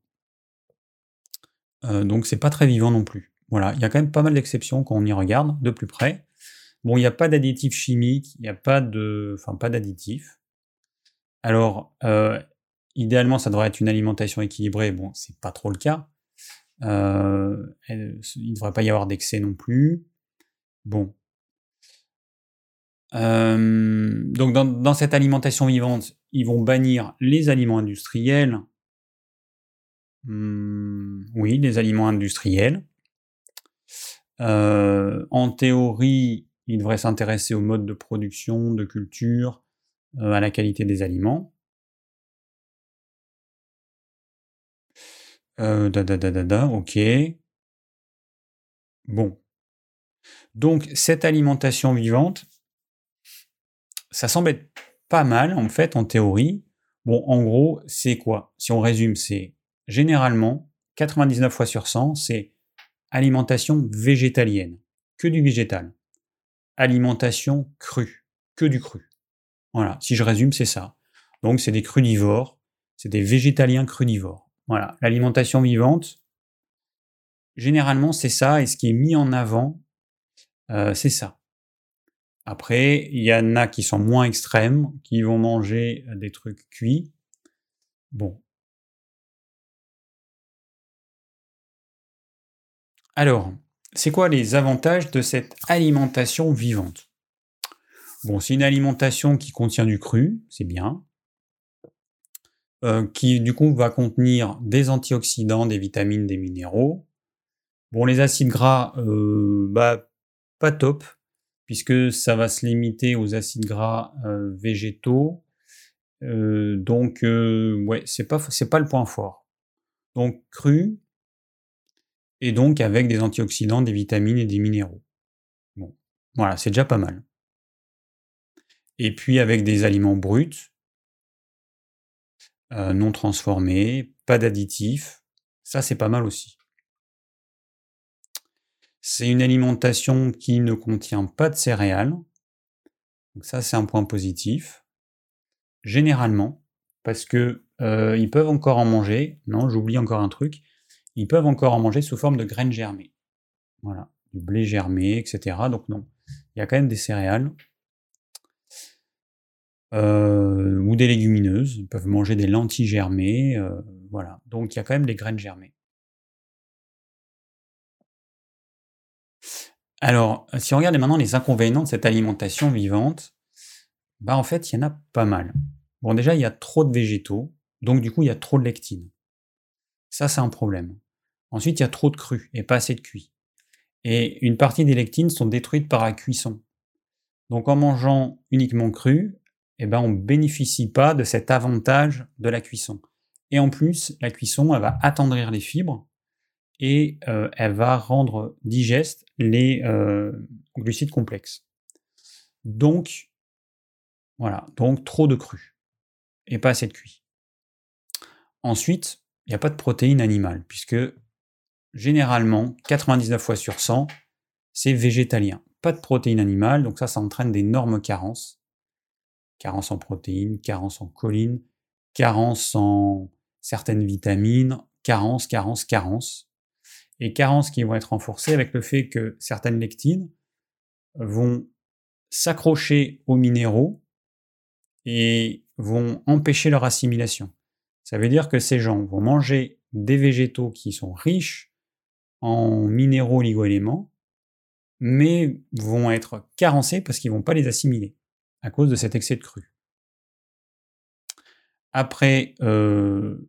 Euh, donc c'est pas très vivant non plus. Voilà, il y a quand même pas mal d'exceptions quand on y regarde de plus près. Bon, il n'y a pas d'additifs chimiques, il n'y a pas de, enfin pas d'additifs. Alors, euh, idéalement, ça devrait être une alimentation équilibrée. Bon, c'est pas trop le cas. Euh, elle- il ne devrait pas y avoir d'excès non plus. Bon. Euh, donc dans, dans cette alimentation vivante, ils vont bannir les aliments industriels. Hum, oui, les aliments industriels. Euh, en théorie, ils devraient s'intéresser au mode de production, de culture, euh, à la qualité des aliments. Euh, da da da da da, ok. Bon. Donc cette alimentation vivante, ça semble être pas mal en fait en théorie. Bon, en gros, c'est quoi? Si on résume, c'est généralement quatre-vingt-dix-neuf fois sur cent, c'est alimentation végétalienne, que du végétal. Alimentation crue, que du cru. Voilà, si je résume, c'est ça. Donc c'est des crudivores, c'est des végétaliens crudivores. Voilà, l'alimentation vivante, généralement c'est ça, et ce qui est mis en avant, euh, c'est ça. Après, il y en a qui sont moins extrêmes, qui vont manger des trucs cuits. Bon. Alors, c'est quoi les avantages de cette alimentation vivante? Bon, c'est une alimentation qui contient du cru, c'est bien, euh, qui du coup va contenir des antioxydants, des vitamines, des minéraux. Bon, les acides gras, euh, bah, pas top, puisque ça va se limiter aux acides gras euh, végétaux. Euh, donc, euh, ouais, c'est pas, c'est pas le point fort. Donc, cru, et donc avec des antioxydants, des vitamines et des minéraux. Bon, voilà, c'est déjà pas mal. Et puis avec des aliments bruts, euh, non transformés, pas d'additifs, ça c'est pas mal aussi. C'est une alimentation qui ne contient pas de céréales, donc ça c'est un point positif. Généralement, parce que euh, ils peuvent encore en manger. Non, j'oublie encore un truc. Ils peuvent encore en manger sous forme de graines germées. Voilà, du blé germé, et cetera. Donc non, il y a quand même des céréales. Euh, ou des légumineuses. Ils peuvent manger des lentilles germées. Euh, voilà, donc il y a quand même des graines germées. Alors, si on regarde maintenant les inconvénients de cette alimentation vivante, bah en fait, il y en a pas mal. Bon, déjà, il y a trop de végétaux, donc du coup, il y a trop de lectine. Ça, c'est un problème. Ensuite, il y a trop de cru et pas assez de cuit. Et une partie des lectines sont détruites par la cuisson. Donc en mangeant uniquement cru, eh ben, on ne bénéficie pas de cet avantage de la cuisson. Et en plus, la cuisson, elle va attendrir les fibres, et euh, elle va rendre digestes les euh, glucides complexes. Donc, voilà, donc trop de cru et pas assez de cuit. Ensuite, il n'y a pas de protéines animales, puisque généralement, quatre-vingt-dix-neuf fois sur cent, c'est végétalien. Pas de protéines animales, donc ça, ça entraîne d'énormes carences. Carence en protéines, carence en choline, carence en certaines vitamines, carence, carence, carence. Et carences qui vont être renforcées avec le fait que certaines lectines vont s'accrocher aux minéraux et vont empêcher leur assimilation. Ça veut dire que ces gens vont manger des végétaux qui sont riches en minéraux oligo-éléments, mais vont être carencés parce qu'ils ne vont pas les assimiler à cause de cet excès de cru. Après, euh,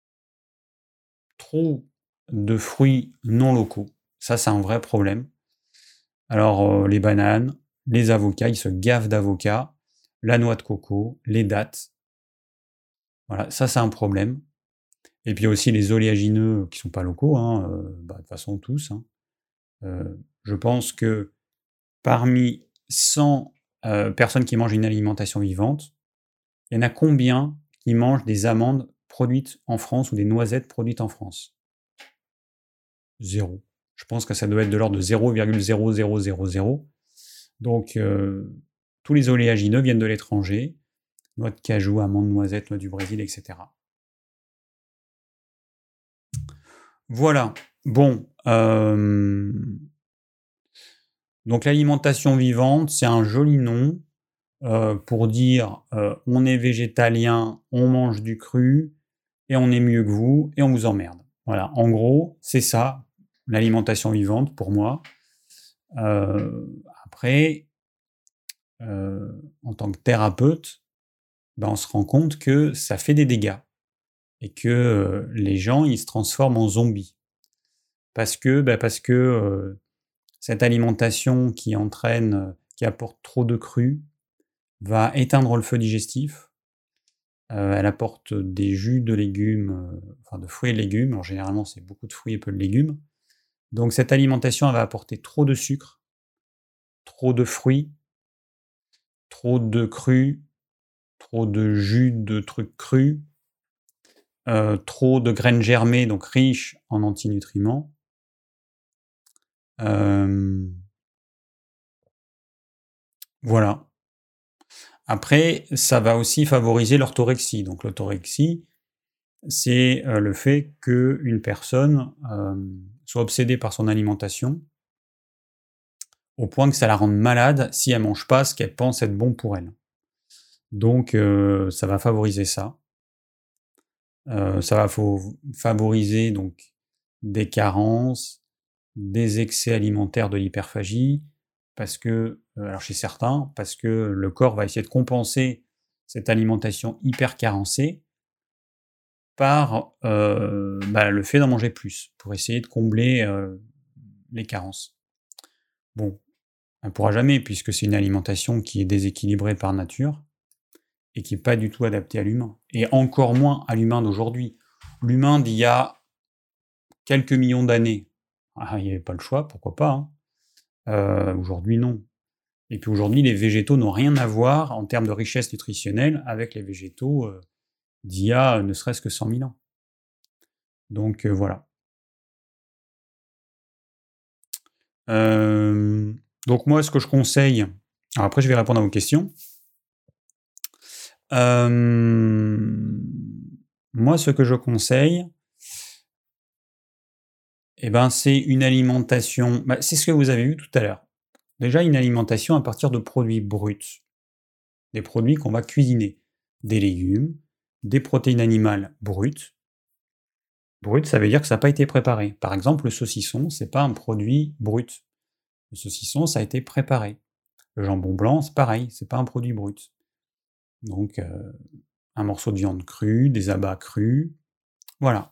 trop de fruits non locaux, ça c'est un vrai problème. Alors euh, les bananes, les avocats, ils se gavent d'avocats, la noix de coco, les dattes. Voilà, ça c'est un problème. Et puis aussi les oléagineux qui sont pas locaux, hein, euh, bah, de toute façon tous. Hein. Euh, je pense que parmi cent euh, personnes qui mangent une alimentation vivante, il y en a combien qui mangent des amandes produites en France ou des noisettes produites en France? Zéro. Je pense que ça doit être de l'ordre de zéro virgule zéro zéro zéro zéro. Donc, euh, tous les oléagineux viennent de l'étranger. Noix de cajou, amandes, noisettes, noix du Brésil, et cetera. Voilà. Bon. Euh... Donc, l'alimentation vivante, c'est un joli nom euh, pour dire euh, on est végétalien, on mange du cru, et on est mieux que vous, et on vous emmerde. Voilà. En gros, c'est ça, l'alimentation vivante pour moi. Euh, après, euh, en tant que thérapeute, ben on se rend compte que ça fait des dégâts et que euh, les gens ils se transforment en zombies parce que ben parce que euh, cette alimentation qui entraîne, qui apporte trop de cru, va éteindre le feu digestif. Euh, elle apporte des jus de légumes, euh, enfin de fruits et de légumes. Alors généralement c'est beaucoup de fruits et peu de légumes. Donc cette alimentation elle va apporter trop de sucre, trop de fruits, trop de cru, trop de jus de trucs crus, euh, trop de graines germées, donc riches en antinutriments. Euh, voilà. Après, ça va aussi favoriser l'orthorexie. Donc l'orthorexie, c'est euh, le fait qu'une personne euh, soit obsédée par son alimentation au point que ça la rende malade si elle mange pas ce qu'elle pense être bon pour elle. Donc euh, ça va favoriser ça. Euh, ça va favoriser donc des carences, des excès alimentaires de l'hyperphagie, parce que, alors chez certains, parce que le corps va essayer de compenser cette alimentation hyper carencée par euh, bah, le fait d'en manger plus, pour essayer de combler euh, les carences. Bon, on ne pourra jamais, puisque c'est une alimentation qui est déséquilibrée par nature, et qui n'est pas du tout adaptée à l'humain, et encore moins à l'humain d'aujourd'hui. L'humain d'il y a quelques millions d'années, ah, il n'y avait pas le choix, pourquoi pas, hein. Euh, aujourd'hui non. Et puis aujourd'hui, les végétaux n'ont rien à voir en termes de richesse nutritionnelle avec les végétaux euh, d'il y a ne serait-ce que cent mille ans. Donc euh, voilà. Euh, donc moi, ce que je conseille, alors après je vais répondre à vos questions. Euh, moi, ce que je conseille, eh ben, c'est une alimentation, bah, c'est ce que vous avez vu tout à l'heure. Déjà, une alimentation à partir de produits bruts, des produits qu'on va cuisiner, des légumes, des protéines animales brutes. Brut, ça veut dire que ça n'a pas été préparé. Par exemple, le saucisson, c'est pas un produit brut. Le saucisson, ça a été préparé. Le jambon blanc, c'est pareil, c'est pas un produit brut. Donc, euh, un morceau de viande crue, des abats crus, voilà.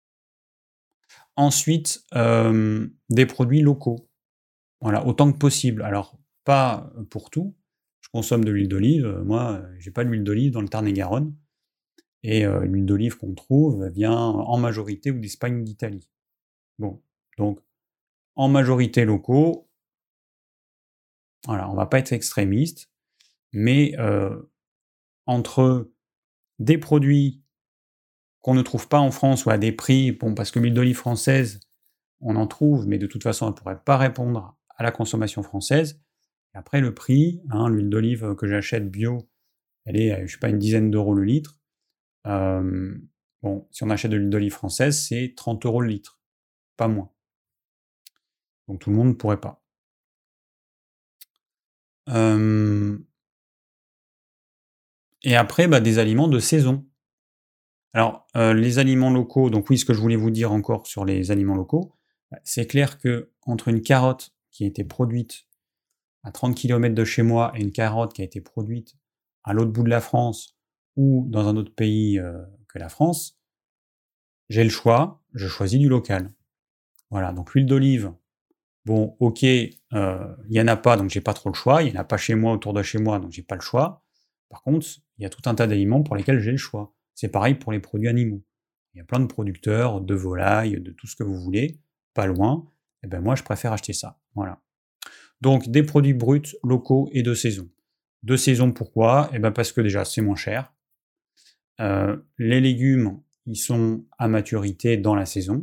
Ensuite, euh, des produits locaux, voilà, autant que possible. Alors, pas pour tout. Je consomme de l'huile d'olive. Moi, j'ai pas d'huile d'olive dans le Tarn-et-Garonne. Et euh, l'huile d'olive qu'on trouve vient en majorité ou d'Espagne ou d'Italie. Bon, donc en majorité locaux, voilà, on va pas être extrémiste, mais euh, entre des produits qu'on ne trouve pas en France ou à des prix, bon, parce que l'huile d'olive française, on en trouve, mais de toute façon, elle ne pourrait pas répondre à la consommation française. Et après, le prix, hein, l'huile d'olive que j'achète bio, elle est, je sais pas, une dizaine d'euros le litre. Euh, bon, si on achète de l'huile d'olive française, c'est trente euros le litre, pas moins. Donc tout le monde ne pourrait pas. Euh, et après, bah, des aliments de saison. Alors, euh, les aliments locaux, donc oui, ce que je voulais vous dire encore sur les aliments locaux, c'est clair que entre une carotte qui a été produite à trente kilomètres de chez moi et une carotte qui a été produite à l'autre bout de la France ou dans un autre pays euh, que la France, j'ai le choix, je choisis du local. Voilà, donc l'huile d'olive, bon, ok, il euh, n'y en a pas, donc j'ai pas trop le choix, il n'y en a pas chez moi, autour de chez moi, donc j'ai pas le choix. Par contre, il y a tout un tas d'aliments pour lesquels j'ai le choix. C'est pareil pour les produits animaux. Il y a plein de producteurs de volailles, de tout ce que vous voulez, pas loin, et ben moi je préfère acheter ça. Voilà. Donc des produits bruts, locaux et de saison. De saison pourquoi? Eh ben parce que déjà c'est moins cher. Euh, les légumes, ils sont à maturité dans la saison.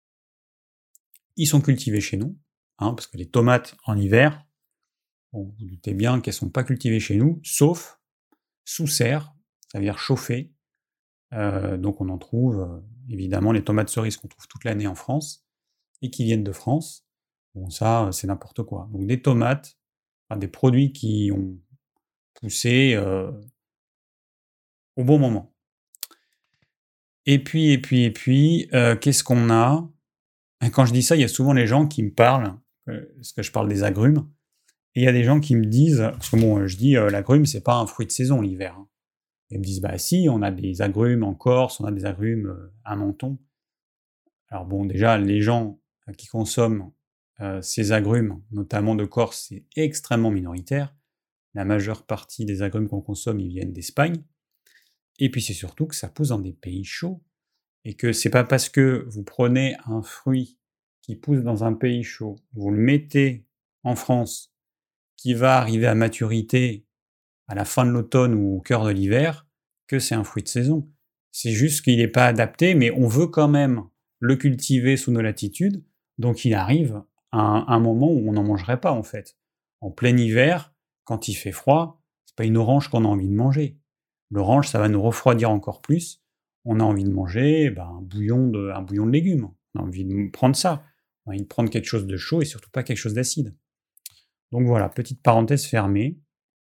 Ils sont cultivés chez nous, hein, parce que les tomates en hiver, bon, vous doutez bien qu'elles ne sont pas cultivées chez nous, sauf sous serre, ça veut dire chauffées. Euh, donc on en trouve euh, évidemment les tomates cerises qu'on trouve toute l'année en France et qui viennent de France. Bon, ça, c'est n'importe quoi. Donc des tomates, enfin, des produits qui ont poussé euh, au bon moment. Et puis, et puis, et puis, euh, qu'est-ce qu'on a? Et quand je dis ça, il y a souvent les gens qui me parlent, euh, parce que je parle des agrumes, et il y a des gens qui me disent, parce que bon, je dis, euh, l'agrume, c'est pas un fruit de saison l'hiver. Hein. Ils me disent, bah si, on a des agrumes en Corse, on a des agrumes euh, à Menton. Alors bon, déjà, les gens qui consomment euh, ces agrumes, notamment de Corse, c'est extrêmement minoritaire. La majeure partie des agrumes qu'on consomme, ils viennent d'Espagne. Et puis c'est surtout que ça pousse dans des pays chauds. Et que c'est pas parce que vous prenez un fruit qui pousse dans un pays chaud, vous le mettez en France, qui va arriver à maturité à la fin de l'automne ou au cœur de l'hiver, que c'est un fruit de saison. C'est juste qu'il n'est pas adapté, mais on veut quand même le cultiver sous nos latitudes, donc il arrive à un, un moment où on n'en mangerait pas en fait. En plein hiver, quand il fait froid, c'est pas une orange qu'on a envie de manger. L'orange, ça va nous refroidir encore plus. On a envie de manger ben, un, bouillon de, un bouillon de légumes. On a envie de prendre ça. On a envie de prendre quelque chose de chaud et surtout pas quelque chose d'acide. Donc voilà, petite parenthèse fermée.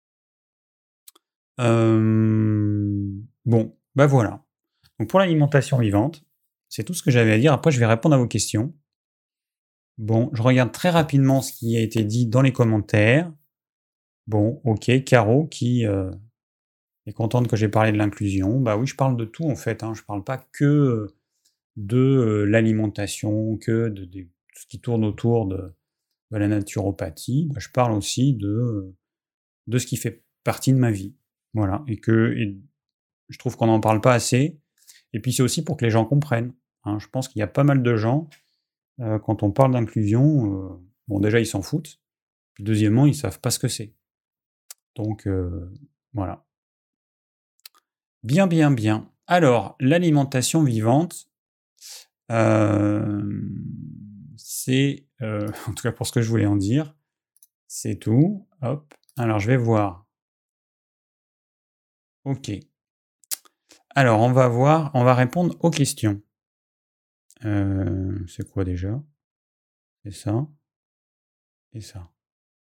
Euh, bon, bah voilà. Donc pour l'alimentation vivante, c'est tout ce que j'avais à dire. Après, je vais répondre à vos questions. Bon, je regarde très rapidement ce qui a été dit dans les commentaires. Bon, ok, Caro qui euh, est contente que j'ai parlé de l'inclusion. Bah oui, je parle de tout en fait. Hein. Je parle pas que de euh, l'alimentation, que de, de, tout ce qui tourne autour de, de la naturopathie. Bah, je parle aussi de, de ce qui fait partie de ma vie. Voilà, et que et je trouve qu'on n'en parle pas assez. Et puis c'est aussi pour que les gens comprennent. Hein. Je pense qu'il y a pas mal de gens, euh, quand on parle d'inclusion, euh, bon déjà ils s'en foutent, puis deuxièmement ils savent pas ce que c'est. Donc euh, voilà. Bien, bien, bien. Alors, l'alimentation vivante, euh, c'est, euh, en tout cas pour ce que je voulais en dire, c'est tout. Hop. Alors je vais voir. Ok. Alors on va voir, on va répondre aux questions. Euh, c'est quoi déjà? C'est ça. Et ça.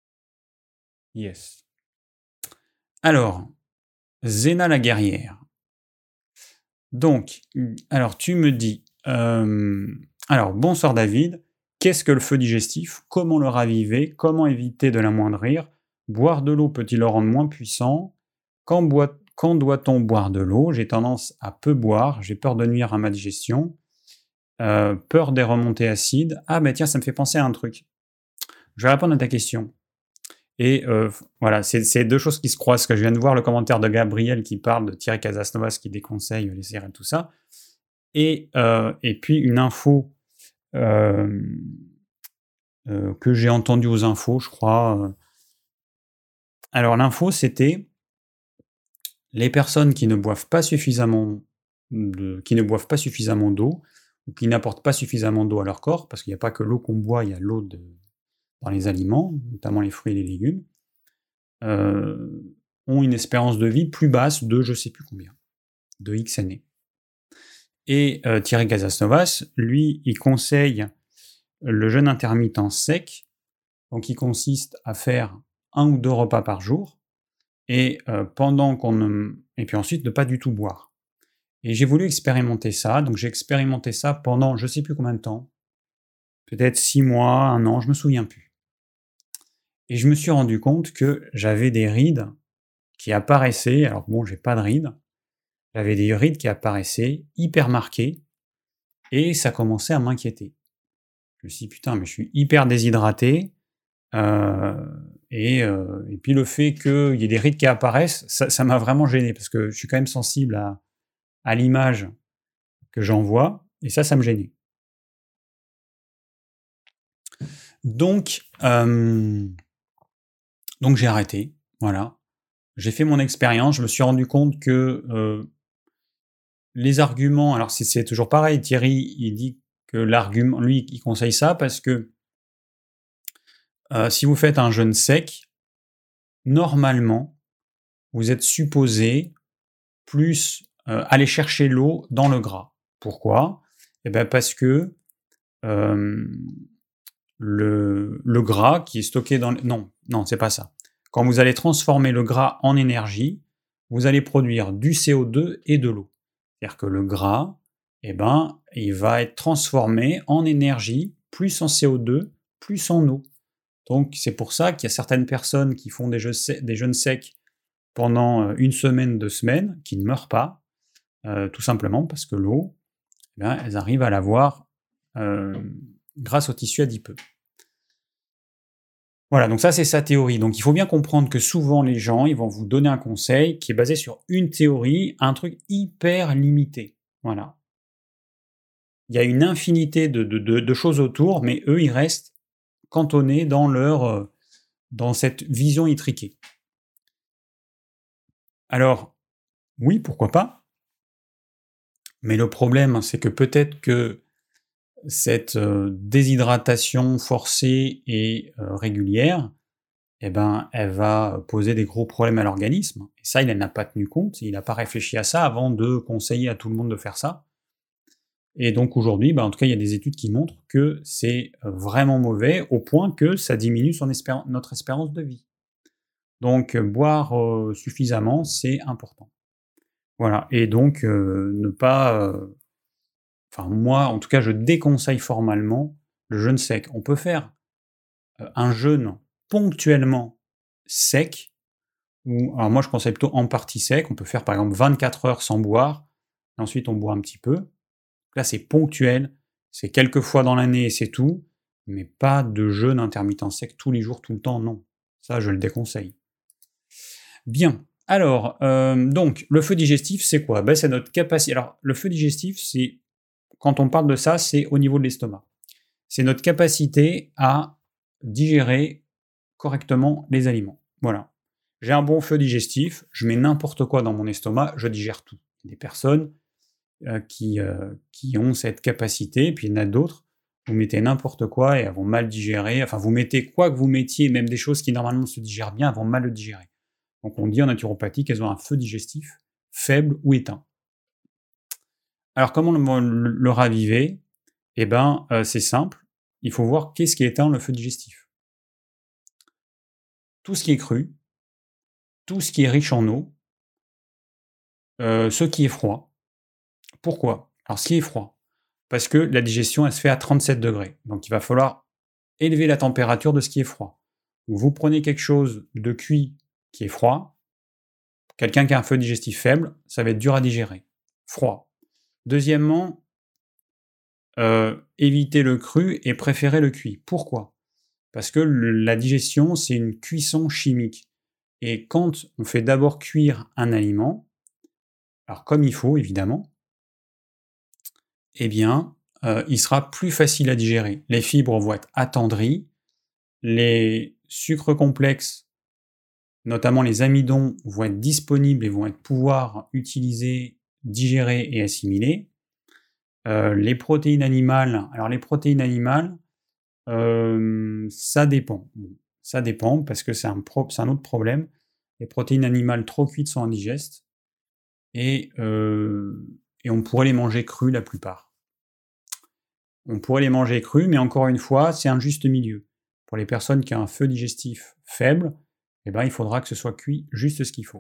Yes. Alors, Zéna la guerrière. Donc, alors tu me dis, euh, alors bonsoir David, qu'est-ce que le feu digestif? Comment le raviver? Comment éviter de l'amoindrir? Boire de l'eau peut-il le rendre moins puissant? Quand, boi- quand doit-on boire de l'eau? J'ai tendance à peu boire, j'ai peur de nuire à ma digestion, euh, peur des remontées acides. Ah ben tiens, ça me fait penser à un truc. Je vais répondre à ta question. Et euh, voilà, c'est deux choses qui se croisent. Que je viens de voir le commentaire de Gabriel qui parle de Thierry Casasnovas qui déconseille les céréales, tout ça. Et, euh, et puis une info euh, euh, que j'ai entendu aux infos, je crois. Alors l'info, c'était les personnes qui ne boivent pas suffisamment de, qui ne boivent pas suffisamment d'eau ou qui n'apportent pas suffisamment d'eau à leur corps, parce qu'il n'y a pas que l'eau qu'on boit, il y a l'eau de, dans les aliments, notamment les fruits et les légumes, euh, ont une espérance de vie plus basse de je sais plus combien, de X années. Et euh, Thierry Casasnovas, lui, il conseille le jeûne intermittent sec, donc qui consiste à faire un ou deux repas par jour, et euh, pendant qu'on ne... et puis ensuite ne pas du tout boire. Et j'ai voulu expérimenter ça, donc j'ai expérimenté ça pendant je sais plus combien de temps, peut-être six mois, un an, je me souviens plus. Et je me suis rendu compte que j'avais des rides qui apparaissaient, alors bon, j'ai pas de rides, j'avais des rides qui apparaissaient hyper marquées, et ça commençait à m'inquiéter. Je me suis dit, putain, mais je suis hyper déshydraté, euh, et, euh, et puis le fait qu'il y ait des rides qui apparaissent, ça, ça m'a vraiment gêné, parce que je suis quand même sensible à, à l'image que j'envoie, et ça, ça me gênait. Donc, euh, donc j'ai arrêté, voilà. J'ai fait mon expérience, je me suis rendu compte que euh, les arguments, alors c'est, c'est toujours pareil, Thierry, il dit que l'argument, lui, il conseille ça parce que euh, si vous faites un jeûne sec, normalement, vous êtes supposé plus euh, aller chercher l'eau dans le gras. Pourquoi ? Eh bien parce que euh, le, le gras qui est stocké dans... Le... Non, non, c'est pas ça. Quand vous allez transformer le gras en énergie, vous allez produire du C O deux et de l'eau. C'est-à-dire que le gras, eh ben, il va être transformé en énergie, plus en C O deux, plus en eau. Donc c'est pour ça qu'il y a certaines personnes qui font des, jeûnes, des jeûnes secs pendant une semaine, deux semaines, qui ne meurent pas, euh, tout simplement parce que l'eau, eh bien, elles arrivent à l'avoir euh, grâce au tissu adipeux. Voilà, donc ça c'est sa théorie. Donc il faut bien comprendre que souvent les gens, ils vont vous donner un conseil qui est basé sur une théorie, un truc hyper limité. Voilà. Il y a une infinité de, de, de, de choses autour, mais eux, ils restent cantonnés dans leur, euh, dans cette vision étriquée. Alors, oui, pourquoi pas, mais le problème, c'est que peut-être que cette euh, déshydratation forcée et euh, régulière, eh ben, elle va poser des gros problèmes à l'organisme. Et ça, il n'en a pas tenu compte, il n'a pas réfléchi à ça avant de conseiller à tout le monde de faire ça. Et donc aujourd'hui, ben, en tout cas, il y a des études qui montrent que c'est vraiment mauvais, au point que ça diminue son espér- notre espérance de vie. Donc boire euh, suffisamment, c'est important. Voilà, et donc euh, ne pas... Euh, Enfin, moi, en tout cas, je déconseille formellement le jeûne sec. On peut faire euh, un jeûne ponctuellement sec, ou alors moi je conseille plutôt en partie sec. On peut faire par exemple vingt-quatre heures sans boire, et ensuite on boit un petit peu. Là, c'est ponctuel, c'est quelques fois dans l'année et c'est tout, mais pas de jeûne intermittent sec tous les jours, tout le temps, non. Ça, je le déconseille. Bien. Alors, euh, donc, le feu digestif, c'est quoi ? Ben, c'est notre capacité. Alors, le feu digestif, c'est quand on parle de ça, c'est au niveau de l'estomac. C'est notre capacité à digérer correctement les aliments. Voilà. J'ai un bon feu digestif, je mets n'importe quoi dans mon estomac, je digère tout. Il y a des personnes euh, qui, euh, qui ont cette capacité, puis il y en a d'autres, vous mettez n'importe quoi et elles vont mal digérer. Enfin, vous mettez quoi que vous mettiez, même des choses qui normalement se digèrent bien, elles vont mal le digérer. Donc on dit en naturopathie qu'elles ont un feu digestif faible ou éteint. Alors comment le, le raviver ? Eh bien, euh, c'est simple, il faut voir qu'est-ce qui éteint le feu digestif. Tout ce qui est cru, tout ce qui est riche en eau, euh, ce qui est froid. Pourquoi ? Alors ce qui est froid, parce que la digestion, elle se fait à trente-sept degrés. Donc il va falloir élever la température de ce qui est froid. Vous prenez quelque chose de cuit qui est froid, quelqu'un qui a un feu digestif faible, ça va être dur à digérer. Froid. Deuxièmement, euh, évitez le cru et préférez le cuit. Pourquoi ? Parce que la digestion, c'est une cuisson chimique. Et quand on fait d'abord cuire un aliment, alors comme il faut évidemment, eh bien, euh, il sera plus facile à digérer. Les fibres vont être attendries, les sucres complexes, notamment les amidons, vont être disponibles et vont être pouvoir utiliser, digérer et assimiler. Euh, les protéines animales, alors les protéines animales, euh, ça dépend. Bon, ça dépend parce que c'est un, pro- c'est un autre problème. Les protéines animales trop cuites sont indigestes et, euh, et on pourrait les manger crues la plupart. On pourrait les manger crues, mais encore une fois, c'est un juste milieu. Pour les personnes qui ont un feu digestif faible, eh ben, il faudra que ce soit cuit juste ce qu'il faut.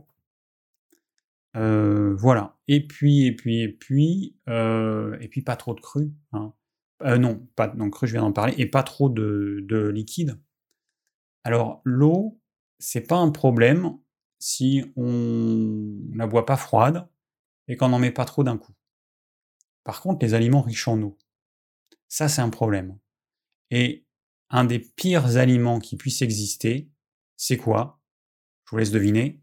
Euh, voilà. Et puis, et puis, et puis, euh, et puis pas trop de cru. Hein. Euh, non, pas donc cru, je viens d'en parler, et pas trop de, de liquide. Alors l'eau, c'est pas un problème si on la boit pas froide et qu'on n'en met pas trop d'un coup. Par contre, les aliments riches en eau, ça c'est un problème. Et un des pires aliments qui puisse exister, c'est quoi? Je vous laisse deviner.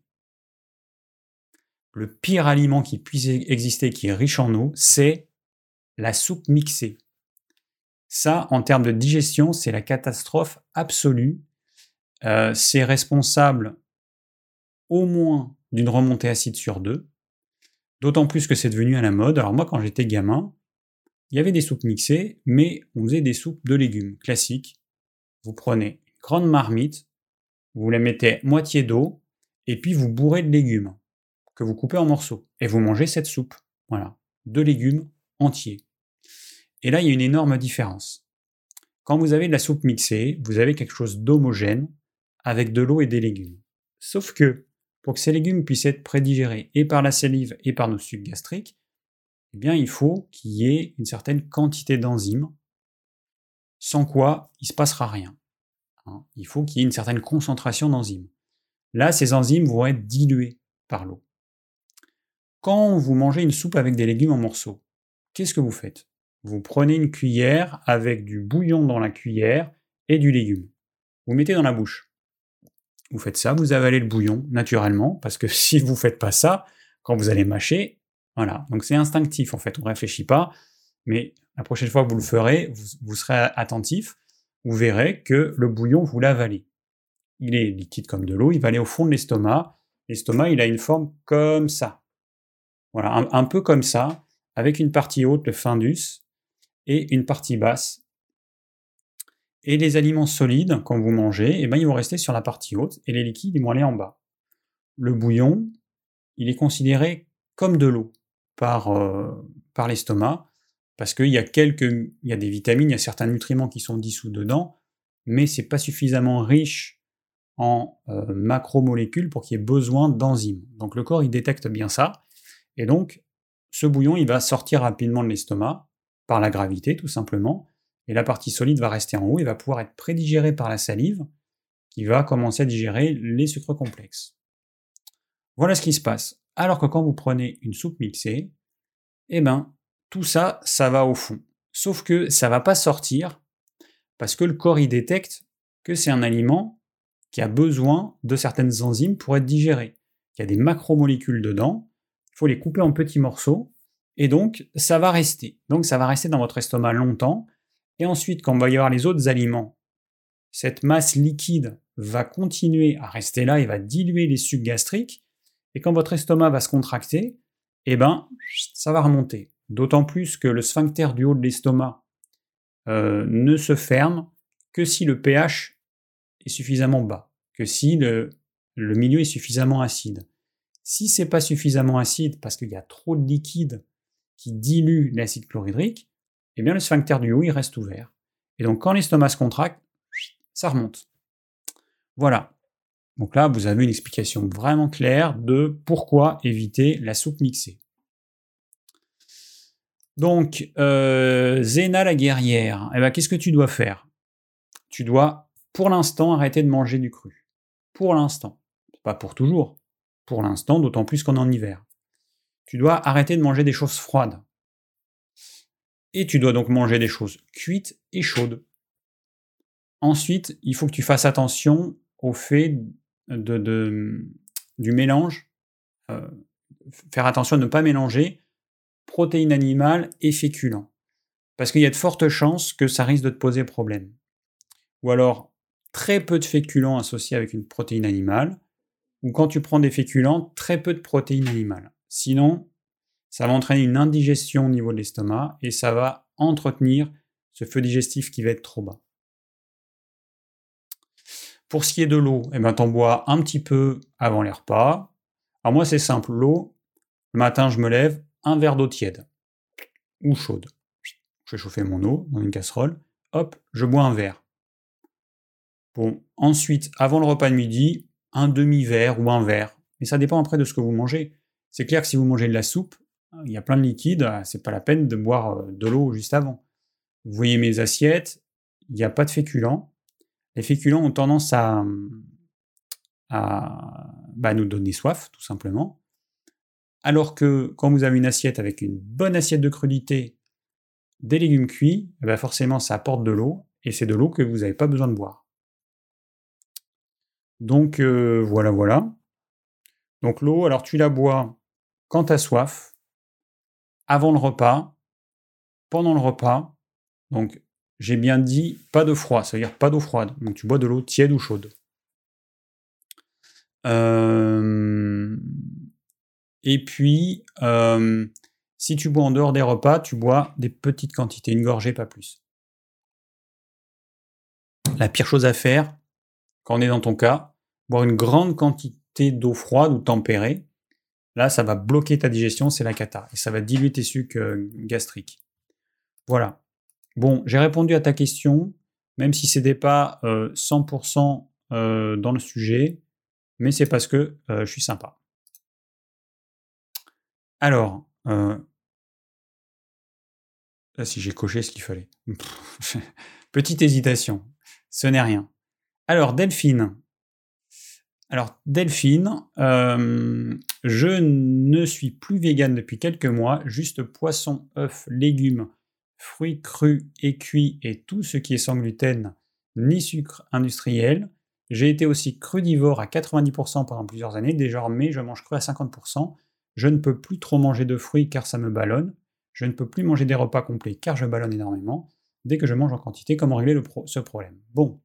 Le pire aliment qui puisse exister, qui est riche en eau, c'est la soupe mixée. Ça, en termes de digestion, c'est la catastrophe absolue. Euh, c'est responsable au moins d'une remontée acide sur deux, d'autant plus que c'est devenu à la mode. Alors moi, quand j'étais gamin, il y avait des soupes mixées, mais on faisait des soupes de légumes classiques. Vous prenez une grande marmite, vous la mettez moitié d'eau, et puis vous bourrez de légumes que vous coupez en morceaux, et vous mangez cette soupe. Voilà, de légumes entiers. Et là, il y a une énorme différence. Quand vous avez de la soupe mixée, vous avez quelque chose d'homogène, avec de l'eau et des légumes. Sauf que, pour que ces légumes puissent être prédigérés et par la salive et par nos sucs gastriques, eh bien, il faut qu'il y ait une certaine quantité d'enzymes, sans quoi il ne se passera rien. Hein. Il faut qu'il y ait une certaine concentration d'enzymes. Là, ces enzymes vont être diluées par l'eau. Quand vous mangez une soupe avec des légumes en morceaux, qu'est-ce que vous faites? Vous prenez une cuillère avec du bouillon dans la cuillère et du légume. Vous mettez dans la bouche. Vous faites ça, vous avalez le bouillon naturellement, parce que si vous ne faites pas ça, quand vous allez mâcher, voilà. Donc c'est instinctif en fait, on ne réfléchit pas, mais la prochaine fois que vous le ferez, vous, vous serez attentif, vous verrez que le bouillon, vous l'avalez. Il est liquide comme de l'eau, il va aller au fond de l'estomac. L'estomac, il a une forme comme ça. Voilà, un, un peu comme ça, avec une partie haute, le fundus, et une partie basse. Et les aliments solides, quand vous mangez, eh ben, ils vont rester sur la partie haute, et les liquides, ils vont aller en bas. Le bouillon, il est considéré comme de l'eau par, euh, par l'estomac, parce qu'il y a quelques, il y a des vitamines, il y a certains nutriments qui sont dissous dedans, mais c'est pas suffisamment riche en euh, macromolécules pour qu'il y ait besoin d'enzymes. Donc le corps, il détecte bien ça, et donc ce bouillon, il va sortir rapidement de l'estomac, par la gravité tout simplement, et la partie solide va rester en haut et va pouvoir être prédigérée par la salive, qui va commencer à digérer les sucres complexes. Voilà ce qui se passe. Alors que quand vous prenez une soupe mixée, eh ben, tout ça, ça va au fond. Sauf que ça va pas sortir, parce que le corps, il détecte que c'est un aliment qui a besoin de certaines enzymes pour être digéré. Il y a des macromolécules dedans, il faut les couper en petits morceaux, et donc ça va rester. Donc ça va rester dans votre estomac longtemps, et ensuite, quand il va y avoir les autres aliments, cette masse liquide va continuer à rester là et va diluer les sucs gastriques, et quand votre estomac va se contracter, eh ben, ça va remonter. D'autant plus que le sphincter du haut de l'estomac euh, ne se ferme que si le pH est suffisamment bas, que si le, le milieu est suffisamment acide. Si c'est pas suffisamment acide parce qu'il y a trop de liquide qui dilue l'acide chlorhydrique, eh bien le sphincter du haut il reste ouvert. Et donc quand l'estomac se contracte, ça remonte. Voilà. Donc là, vous avez une explication vraiment claire de pourquoi éviter la soupe mixée. Donc, euh, Zéna la guerrière, eh ben, qu'est-ce que tu dois faire? Tu dois, pour l'instant, arrêter de manger du cru. Pour l'instant. Pas pour toujours. Pour l'instant, d'autant plus qu'on est en hiver. Tu dois arrêter de manger des choses froides. Et tu dois donc manger des choses cuites et chaudes. Ensuite, il faut que tu fasses attention au fait de, de, du mélange. Euh, faire attention à ne pas mélanger protéines animales et féculents. parce qu'il y a de fortes chances que ça risque de te poser problème. Ou alors, très peu de féculents associés avec une protéine animale, ou quand tu prends des féculents, très peu de protéines animales. Sinon, ça va entraîner une indigestion au niveau de l'estomac et ça va entretenir ce feu digestif qui va être trop bas. Pour ce qui est de l'eau, eh ben, t'en bois un petit peu avant les repas. Alors moi, c'est simple, l'eau, le matin, je me lève, un verre d'eau tiède ou chaude. Je fais chauffer mon eau dans une casserole, hop, je bois un verre. Bon, ensuite, avant le repas de midi, un demi-verre ou un verre. Mais ça dépend après de ce que vous mangez. C'est clair que si vous mangez de la soupe, il y a plein de liquide, c'est pas la peine de boire de l'eau juste avant. Vous voyez mes assiettes, il n'y a pas de féculents. Les féculents ont tendance à, à bah, nous donner soif, tout simplement. Alors que quand vous avez une assiette avec une bonne assiette de crudité, des légumes cuits, eh ben forcément ça apporte de l'eau, et c'est de l'eau que vous n'avez pas besoin de boire. Donc euh, voilà, voilà. Donc l'eau, alors tu la bois quand tu as soif, avant le repas, pendant le repas. Donc j'ai bien dit pas de froid, ça veut dire pas d'eau froide. Donc tu bois de l'eau tiède ou chaude. Euh... Et puis, euh, si tu bois en dehors des repas, tu bois des petites quantités, une gorgée, pas plus. La pire chose à faire, quand on est dans ton cas, boire une grande quantité d'eau froide ou tempérée, là, ça va bloquer ta digestion, c'est la cata, et ça va diluer tes sucs euh, gastriques. Voilà. Bon, j'ai répondu à ta question, même si c'était pas euh, cent pour cent euh, dans le sujet, mais c'est parce que euh, je suis sympa. Alors, euh, là, si j'ai coché ce qu'il fallait. Petite hésitation, ce n'est rien. Alors, Delphine. Alors, Delphine, euh, je ne suis plus végane depuis quelques mois, juste poisson, œufs, légumes, fruits crus et cuits et tout ce qui est sans gluten ni sucre industriel. J'ai été aussi crudivore à quatre-vingt-dix pour cent pendant plusieurs années, désormais je mange cru à cinquante pour cent. Je ne peux plus trop manger de fruits car ça me ballonne. Je ne peux plus manger des repas complets car je ballonne énormément. Dès que je mange en quantité, comment régler le pro- ce problème? Bon.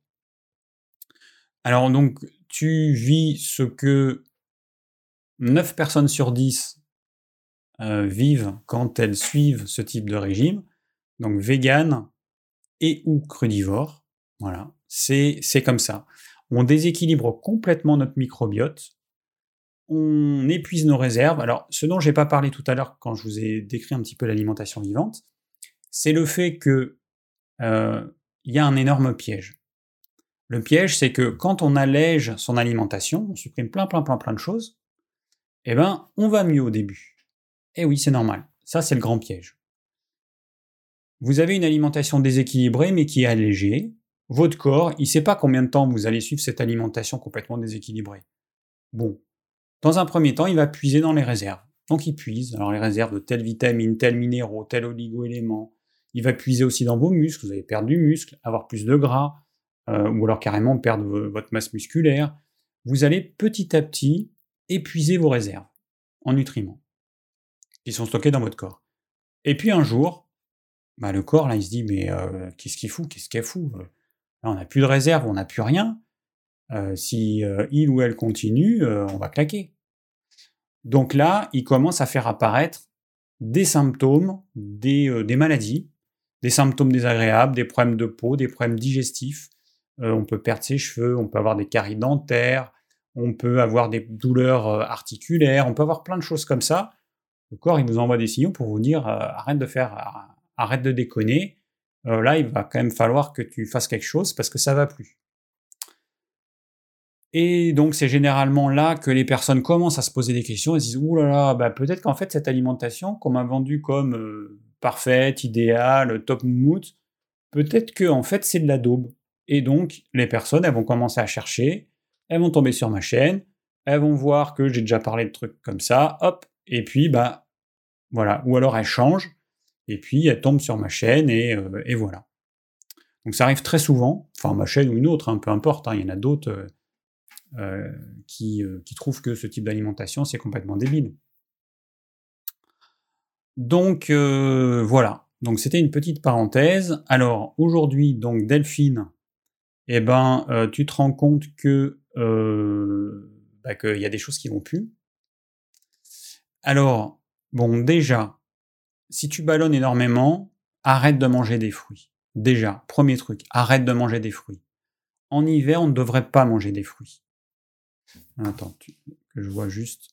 Alors donc, tu vis ce que neuf personnes sur dix euh, vivent quand elles suivent ce type de régime. Donc vegan et ou crudivore. Voilà, c'est, c'est comme ça. On déséquilibre complètement notre microbiote. On épuise nos réserves. Alors, ce dont je n'ai pas parlé tout à l'heure quand je vous ai décrit un petit peu l'alimentation vivante, c'est le fait que euh, y a un énorme piège. Le piège, c'est que quand on allège son alimentation, on supprime plein, plein, plein, plein de choses, eh ben, on va mieux au début. Et oui, c'est normal. Ça, c'est le grand piège. Vous avez une alimentation déséquilibrée, mais qui est allégée. Votre corps, il ne sait pas combien de temps vous allez suivre cette alimentation complètement déséquilibrée. Bon, dans un premier temps, il va puiser dans les réserves. Donc il puise, alors les réserves de telle vitamine, tel minéraux, tel oligo-élément. Il va puiser aussi dans vos muscles, vous allez perdre du muscle, avoir plus de gras, euh, ou alors carrément perdre votre masse musculaire. Vous allez petit à petit épuiser vos réserves en nutriments qui sont stockés dans votre corps. Et puis un jour, bah, le corps, là, il se dit, mais euh, qu'est-ce qu'il fout, qu'est-ce qu'elle fout Là, on n'a plus de réserve, on n'a plus rien. Euh, si euh, il ou elle continue, euh, on va claquer. Donc là, il commence à faire apparaître des symptômes, des, euh, des maladies, des symptômes désagréables, des problèmes de peau, des problèmes digestifs. Euh, on peut perdre ses cheveux, on peut avoir des caries dentaires, on peut avoir des douleurs euh, articulaires, on peut avoir plein de choses comme ça. Le corps, il vous envoie des signaux pour vous dire euh, arrête de faire, arrête de déconner. Euh, là, il va quand même falloir que tu fasses quelque chose parce que ça va plus. Et donc, c'est généralement là que les personnes commencent à se poser des questions et se disent « Ouh là là, bah, peut-être qu'en fait, cette alimentation qu'on m'a vendue comme euh, parfaite, idéale, top moumoute, peut-être que en fait, c'est de la daube. » Et donc, les personnes, elles vont commencer à chercher, elles vont tomber sur ma chaîne, elles vont voir que j'ai déjà parlé de trucs comme ça, hop, et puis, bah, voilà. Ou alors elles changent, et puis elles tombent sur ma chaîne, et, euh, et voilà. Donc ça arrive très souvent, enfin ma chaîne ou une autre, hein, peu importe, hein, il y en a d'autres... Euh, Euh, qui, euh, qui trouvent que ce type d'alimentation, c'est complètement débile. Donc, euh, voilà. Donc c'était une petite parenthèse. Alors aujourd'hui, donc Delphine, eh ben, euh, tu te rends compte que euh, bah, qu'il y a des choses qui vont plus. Alors, bon, déjà, si tu ballonnes énormément, arrête de manger des fruits. Déjà, premier truc, arrête de manger des fruits. En hiver, on ne devrait pas manger des fruits. Attends, tu- que je vois juste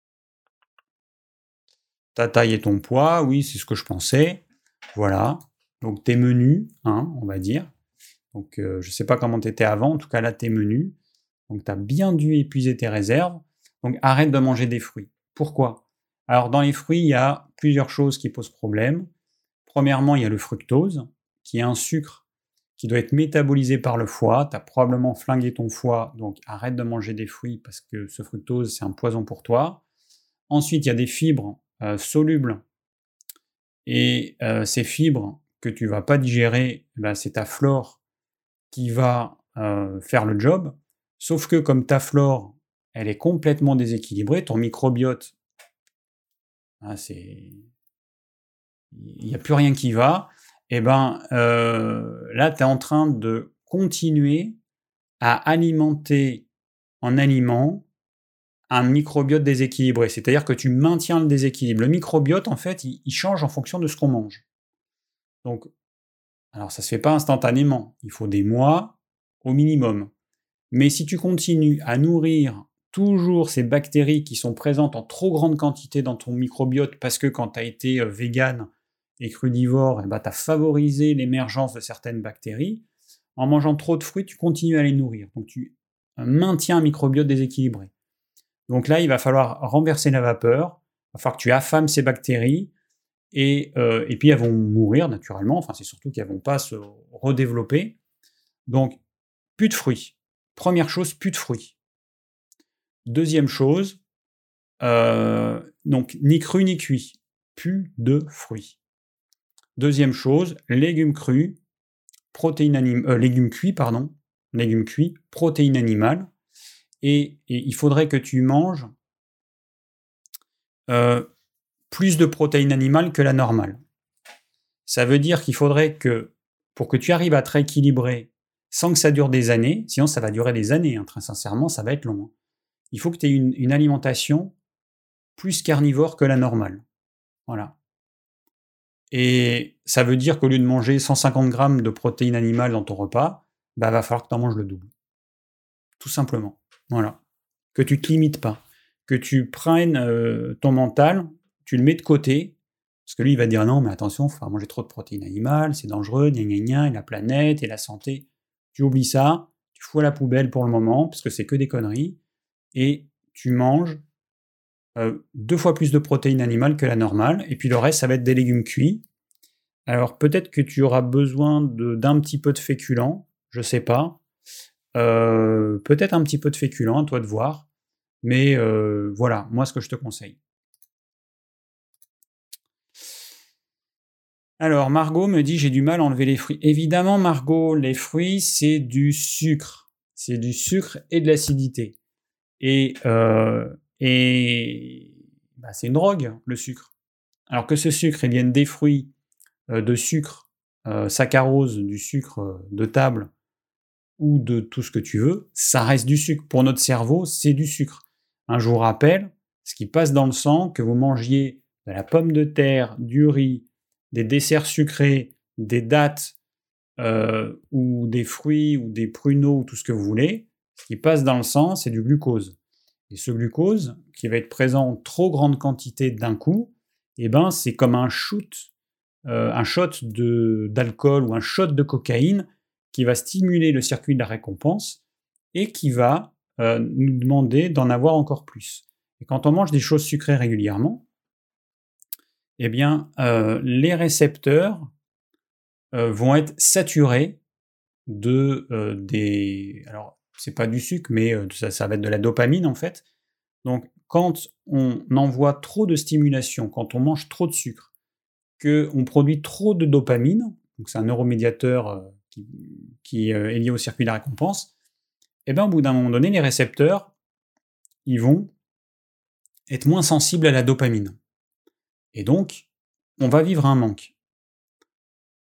ta taille et ton poids. Oui, c'est ce que je pensais. Voilà. Donc tes menus, hein, on va dire. Donc euh, je ne sais pas comment tu étais avant, en tout cas là tes menus. Donc tu as bien dû épuiser tes réserves. Donc arrête de manger des fruits. Pourquoi? Alors dans les fruits, il y a plusieurs choses qui posent problème. Premièrement, il y a le fructose, qui est un sucre qui doit être métabolisé par le foie. Tu as probablement flingué ton foie, donc arrête de manger des fruits parce que ce fructose, c'est un poison pour toi. Ensuite, il y a des fibres euh, solubles. Et euh, ces fibres que tu vas pas digérer, ben, c'est ta flore qui va euh, faire le job. Sauf que comme ta flore, elle est complètement déséquilibrée, ton microbiote, hein, c'est... il n'y a plus rien qui va, et ben euh, là, tu es en train de continuer à alimenter en aliments un microbiote déséquilibré. C'est-à-dire que tu maintiens le déséquilibre. Le microbiote, en fait, il, il change en fonction de ce qu'on mange. Donc, alors ça ne se fait pas instantanément. Il faut des mois au minimum. Mais si tu continues à nourrir toujours ces bactéries qui sont présentes en trop grande quantité dans ton microbiote, parce que quand tu as été végane et crudivore, eh ben, tu as favorisé l'émergence de certaines bactéries, en mangeant trop de fruits, tu continues à les nourrir. Donc tu maintiens un microbiote déséquilibré. Donc là, il va falloir renverser la vapeur, il va falloir que tu affames ces bactéries, et, euh, et puis elles vont mourir naturellement, enfin c'est surtout qu'elles ne vont pas se redévelopper. Donc, plus de fruits. Première chose, plus de fruits. Deuxième chose, euh, donc ni cru ni cuit, plus de fruits. Deuxième chose, légumes crus, protéines anim- euh, légumes cuits, pardon, légumes cuits, protéines animales, et, et il faudrait que tu manges euh, plus de protéines animales que la normale. Ça veut dire qu'il faudrait que, pour que tu arrives à te rééquilibrer sans que ça dure des années, sinon ça va durer des années, hein, très sincèrement, ça va être long. Hein. Il faut que tu aies une, une alimentation plus carnivore que la normale. Voilà. Et ça veut dire qu'au lieu de manger cent cinquante grammes de protéines animales dans ton repas, bah va falloir que tu en manges le double. Tout simplement. Voilà. Que tu te limites pas. Que tu prennes euh, ton mental, tu le mets de côté, parce que lui, il va dire non, mais attention, il faut pas manger trop de protéines animales, c'est dangereux, gna gna gna, et la planète, et la santé. Tu oublies ça, tu fous à la poubelle pour le moment, parce que c'est que des conneries, et tu manges euh, deux fois plus de protéines animales que la normale, et puis le reste, ça va être des légumes cuits. Alors peut-être que tu auras besoin de, d'un petit peu de féculents, je sais pas. Euh, peut-être un petit peu de féculents, à toi de voir. Mais euh, voilà, moi ce que je te conseille. Alors Margot me dit j'ai du mal à enlever les fruits. Évidemment Margot, les fruits c'est du sucre. C'est du sucre et de l'acidité. Et, euh, et bah, c'est une drogue, le sucre. Alors que ce sucre il vienne des fruits, euh, de sucre, euh, saccharose, du sucre euh, de table, ou de tout ce que tu veux, ça reste du sucre. Pour notre cerveau, c'est du sucre. Un je vous rappelle, ce qui passe dans le sang, que vous mangiez de la pomme de terre, du riz, des desserts sucrés, des dattes, euh, ou des fruits, ou des pruneaux, ou tout ce que vous voulez, ce qui passe dans le sang, c'est du glucose. Et ce glucose, qui va être présent en trop grande quantité d'un coup, eh ben, c'est comme un shoot, euh, un shot de, d'alcool ou un shot de cocaïne qui va stimuler le circuit de la récompense et qui va euh, nous demander d'en avoir encore plus. Et quand on mange des choses sucrées régulièrement, eh bien, euh, les récepteurs euh, vont être saturés de euh, des... Alors, c'est pas du sucre, mais euh, ça, ça va être de la dopamine en fait. Donc, quand on envoie trop de stimulation, quand on mange trop de sucre, qu'on produit trop de dopamine, donc c'est un neuromédiateur euh, qui, qui euh, est lié au circuit de la récompense, et bien au bout d'un moment donné, les récepteurs, ils vont être moins sensibles à la dopamine. Et donc, on va vivre un manque.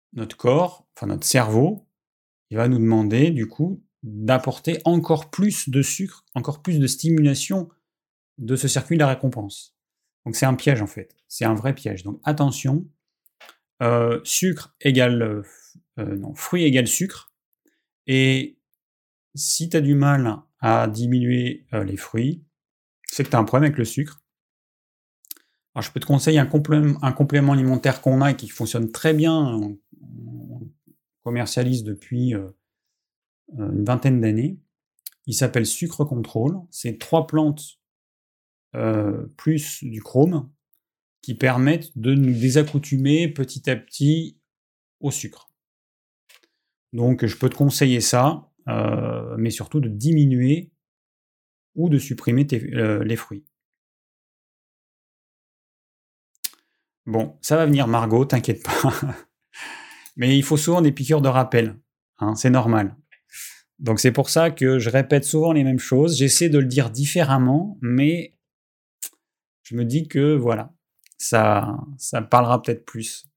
notre corps, enfin notre cerveau, il va nous demander du coup d'apporter encore plus de sucre, encore plus de stimulation de ce circuit de la récompense. Donc c'est un piège en fait, c'est un vrai piège. Donc attention, euh, sucre égale euh, euh, non, fruit égale sucre. Et si tu as du mal à diminuer euh, les fruits, c'est que tu as un problème avec le sucre. Alors je peux te conseiller un, complé- un complément alimentaire qu'on a et qui fonctionne très bien, on, on commercialise depuis euh, une vingtaine d'années. Il s'appelle Sucre Control. C'est trois plantes euh, plus du chrome qui permettent de nous désaccoutumer petit à petit au sucre. Donc je peux te conseiller ça, euh, mais surtout de diminuer ou de supprimer tes, euh, les fruits. Bon, ça va venir Margot, t'inquiète pas. Mais il faut souvent des piqûres de rappel, hein, c'est normal. Donc c'est pour ça que je répète souvent les mêmes choses, j'essaie de le dire différemment, mais je me dis que voilà, ça, ça parlera peut-être plus.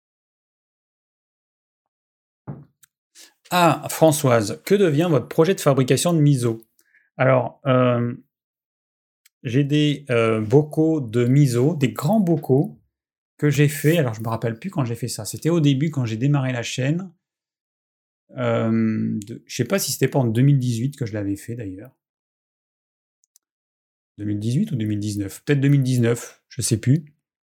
Ah, Françoise, que devient votre projet de fabrication de miso? Alors, euh, j'ai des euh, bocaux de miso, des grands bocaux que j'ai fait. Alors, je me rappelle plus quand j'ai fait ça. C'était au début, quand j'ai démarré la chaîne. Euh, de, je sais pas si c'était pas en deux mille dix-huit que je l'avais fait d'ailleurs. deux mille dix-huit ou deux mille dix-neuf? Peut-être deux mille dix-neuf, je sais plus.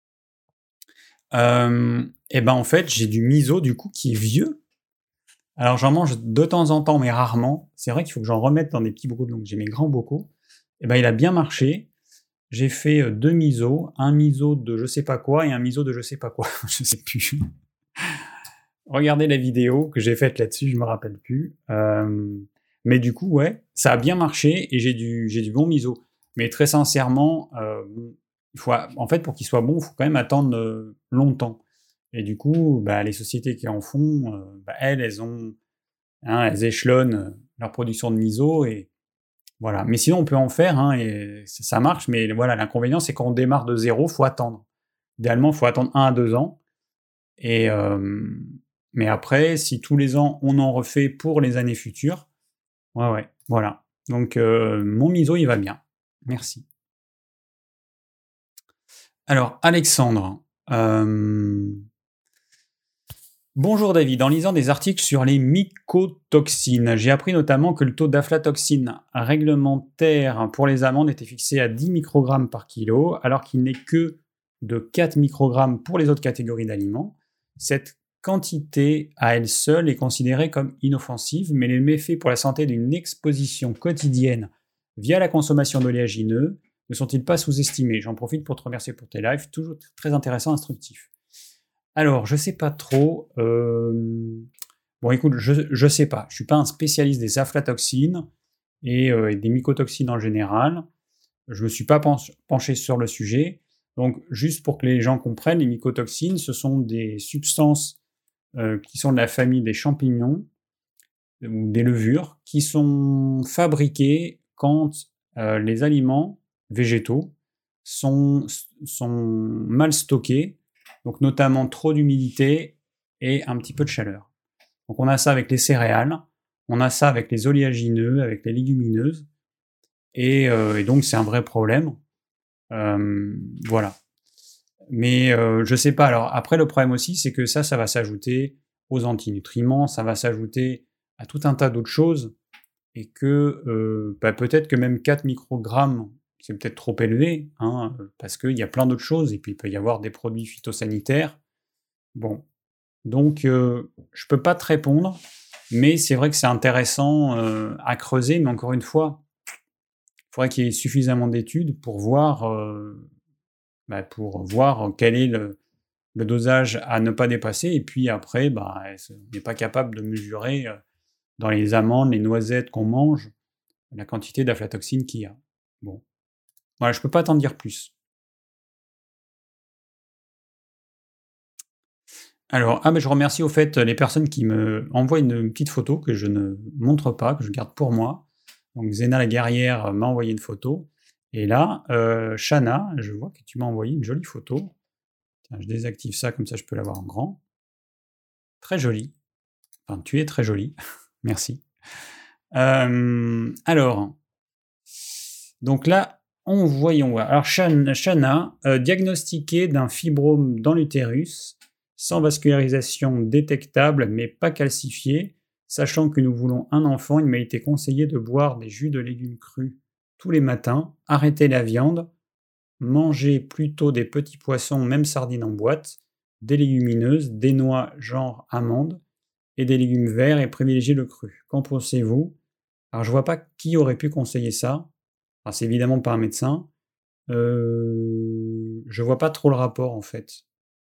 Euh, et ben en fait, j'ai du miso du coup qui est vieux. Alors j'en mange de temps en temps, mais rarement. C'est vrai qu'il faut que j'en remette dans des petits bocaux. Donc j'ai mes grands bocaux. Et ben il a bien marché. J'ai fait euh, deux misos, un miso de je sais pas quoi et un miso de je sais pas quoi. Je sais plus. Regardez la vidéo que j'ai faite là-dessus, je me rappelle plus. Euh, mais du coup, ouais, ça a bien marché et j'ai du, j'ai du bon miso. Mais très sincèrement, euh, il faut, en fait, pour qu'il soit bon, il faut quand même attendre euh, longtemps. Et du coup, bah, les sociétés qui en font, euh, bah, elles, elles ont, hein, elles échelonnent leur production de miso et voilà. Mais sinon, on peut en faire, hein, et ça marche. Mais voilà, l'inconvénient, c'est quand on démarre de zéro, faut attendre. Idéalement, il faut attendre un à deux ans. Et euh, mais après, si tous les ans on en refait pour les années futures, ouais, ouais, voilà. Donc euh, mon miso, il va bien. Merci. Alors, Alexandre. euh, Bonjour David, en lisant des articles sur les mycotoxines, j'ai appris notamment que le taux d'aflatoxine réglementaire pour les amandes était fixé à dix microgrammes par kilo, alors qu'il n'est que de quatre microgrammes pour les autres catégories d'aliments. Cette quantité à elle seule est considérée comme inoffensive, mais les méfaits pour la santé d'une exposition quotidienne via la consommation d'oléagineux ne sont-ils pas sous-estimés? J'en profite pour te remercier pour tes lives, toujours très intéressants, instructifs. Alors, je sais pas trop. Euh... Bon, écoute, je, je sais pas. Je suis pas un spécialiste des aflatoxines et, euh, et des mycotoxines en général. Je me suis pas penché sur le sujet. Donc, juste pour que les gens comprennent, les mycotoxines, ce sont des substances euh, qui sont de la famille des champignons ou des levures qui sont fabriquées quand euh, les aliments végétaux sont, sont mal stockés, donc notamment trop d'humidité et un petit peu de chaleur. Donc on a ça avec les céréales, on a ça avec les oléagineux, avec les légumineuses, et, euh, et donc c'est un vrai problème. Euh, voilà. Mais euh, je sais pas. Alors après, le problème aussi, c'est que ça, ça va s'ajouter aux antinutriments, ça va s'ajouter à tout un tas d'autres choses, et que euh, bah, peut-être que même quatre microgrammes, c'est peut-être trop élevé, hein, parce qu'il y a plein d'autres choses, et puis il peut y avoir des produits phytosanitaires. Bon, donc euh, je peux pas te répondre, mais c'est vrai que c'est intéressant euh, à creuser, mais encore une fois, il faudrait qu'il y ait suffisamment d'études pour voir, euh, bah, pour voir quel est le, le dosage à ne pas dépasser, et puis après, bah, on n'est pas capable de mesurer euh, dans les amandes, les noisettes qu'on mange, la quantité d'aflatoxine qu'il y a. Bon, voilà, je peux pas t'en dire plus. Alors, ah, mais je remercie au fait les personnes qui me envoient une petite photo que je ne montre pas, que je garde pour moi. Donc, Zena la guerrière m'a envoyé une photo. Et là, euh, Shana, je vois que tu m'as envoyé une jolie photo. Tiens, je désactive ça, comme ça je peux l'avoir en grand. très joli. Enfin, tu es très jolie. Merci. Euh, alors, donc là, on voyons voir. Alors, Shana, euh, diagnostiquée d'un fibrome dans l'utérus, sans vascularisation détectable, mais pas calcifié. Sachant que nous voulons un enfant, il m'a été conseillé de boire des jus de légumes crus tous les matins, arrêter la viande, manger plutôt des petits poissons, même sardines en boîte, des légumineuses, des noix genre amandes, et des légumes verts et privilégier le cru. Qu'en pensez-vous? Alors je vois pas qui aurait pu conseiller ça. Enfin, c'est évidemment pas un médecin. Euh, je vois pas trop le rapport en fait.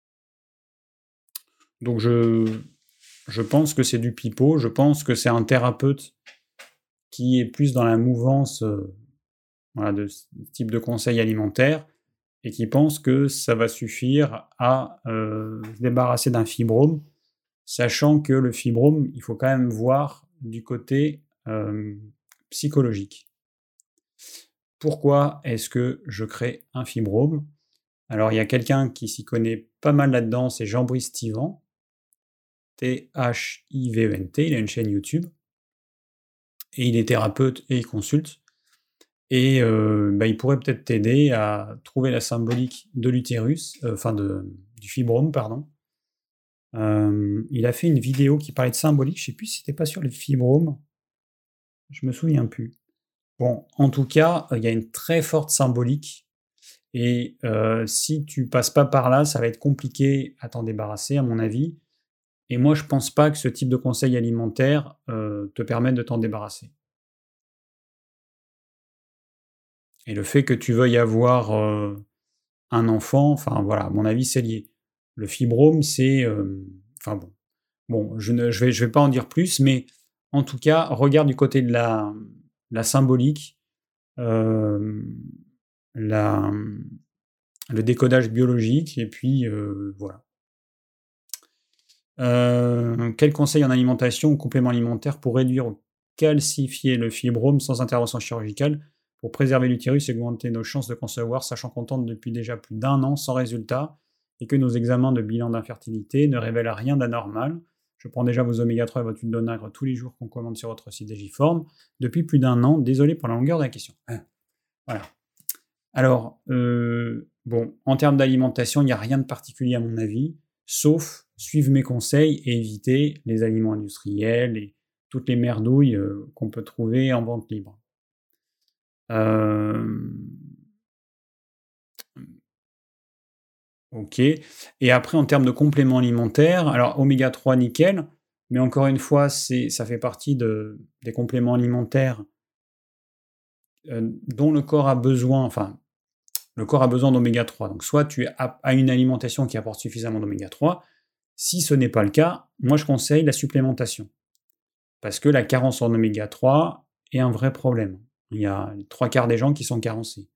Donc je, je pense que c'est du pipeau. Je pense que c'est un thérapeute qui est plus dans la mouvance euh, voilà, de ce type de conseil alimentaire et qui pense que ça va suffire à euh, se débarrasser d'un fibrome, sachant que le fibrome, il faut quand même voir du côté euh, psychologique. Pourquoi est-ce que je crée un fibrome? Alors, il y a quelqu'un qui s'y connaît pas mal là-dedans, c'est Jean-Brice Tivan, T H I V E N T, il a une chaîne YouTube, et il est thérapeute et il consulte, et euh, bah, il pourrait peut-être t'aider à trouver la symbolique de l'utérus, euh, enfin de, du fibrome, pardon. Euh, il a fait une vidéo qui parlait de symbolique, je sais plus si c'était pas sur le fibrome, je me souviens plus. Bon, en tout cas, il y a une très forte symbolique, et euh, si tu passes pas par là, ça va être compliqué à t'en débarrasser, à mon avis. Et moi, je pense pas que ce type de conseil alimentaire euh, te permette de t'en débarrasser. Et le fait que tu veuilles avoir euh, un enfant, enfin voilà, à mon avis, c'est lié. Le fibrome, c'est... euh, enfin bon, bon je ne je vais, je vais pas en dire plus, mais en tout cas, regarde du côté de la, la symbolique, euh, la, le décodage biologique, et puis euh, voilà. Euh, quel conseil en alimentation ou complément alimentaire pour réduire ou calcifier le fibrome sans intervention chirurgicale, pour préserver l'utérus et augmenter nos chances de concevoir, sachant qu'on tente depuis déjà plus d'un an sans résultat et que nos examens de bilan d'infertilité ne révèlent rien d'anormal? Je prends déjà vos oméga trois et votre huile d'onagre tous les jours qu'on commande sur votre site Digiform depuis plus d'un an. Désolé pour la longueur de la question. Voilà. Alors, euh, bon, en termes d'alimentation, il n'y a rien de particulier à mon avis, sauf suivre mes conseils et éviter les aliments industriels et toutes les merdouilles euh, qu'on peut trouver en vente libre. Euh... Ok. Et après, en termes de compléments alimentaires, alors oméga trois, nickel, mais encore une fois, c'est, ça fait partie de, des compléments alimentaires euh, dont le corps a besoin, enfin, le corps a besoin d'oméga trois. Donc soit tu as une alimentation qui apporte suffisamment d'oméga trois, si ce n'est pas le cas, moi je conseille la supplémentation. Parce que la carence en oméga trois est un vrai problème. Il y a trois quarts des gens qui sont carencés.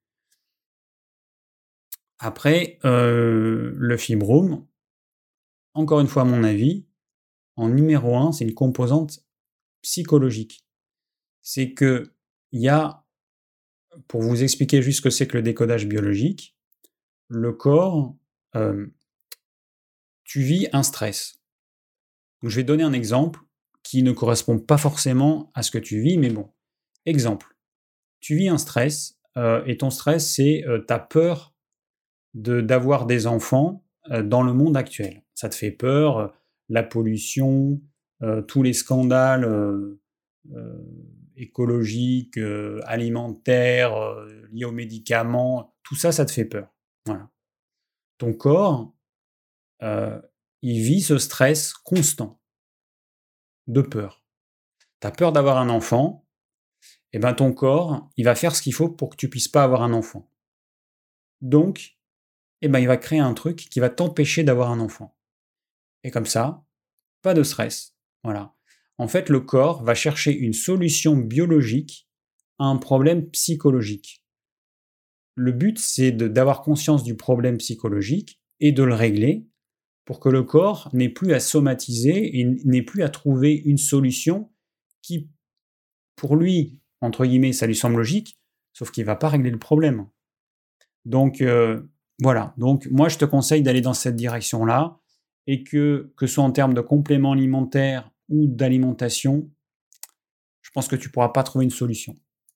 Après, euh, le fibrome, encore une fois à mon avis, en numéro un, c'est une composante psychologique. C'est que il y a, pour vous expliquer juste ce que c'est que le décodage biologique, le corps, euh, tu vis un stress. Donc, je vais donner un exemple qui ne correspond pas forcément à ce que tu vis, mais bon. Exemple, tu vis un stress, euh, et ton stress, c'est euh, ta peur de, d'avoir des enfants euh, dans le monde actuel. Ça te fait peur, euh, la pollution, euh, tous les scandales euh, euh, écologiques, euh, alimentaires, euh, liés aux médicaments, tout ça, ça te fait peur. Voilà. Ton corps, euh, il vit ce stress constant de peur. Tu as peur d'avoir un enfant, et ben ton corps, il va faire ce qu'il faut pour que tu puisses pas avoir un enfant. Donc, eh ben il va créer un truc qui va t'empêcher d'avoir un enfant. Et comme ça, pas de stress. Voilà. En fait, le corps va chercher une solution biologique à un problème psychologique. Le but, c'est de, d'avoir conscience du problème psychologique et de le régler pour que le corps n'ait plus à somatiser et n'ait plus à trouver une solution qui, pour lui, entre guillemets, ça lui semble logique, sauf qu'il ne va pas régler le problème. Donc, euh, voilà. Donc, moi, je te conseille d'aller dans cette direction-là. et que, que ce soit en termes de compléments alimentaires ou d'alimentation, je pense que tu ne pourras pas trouver une solution.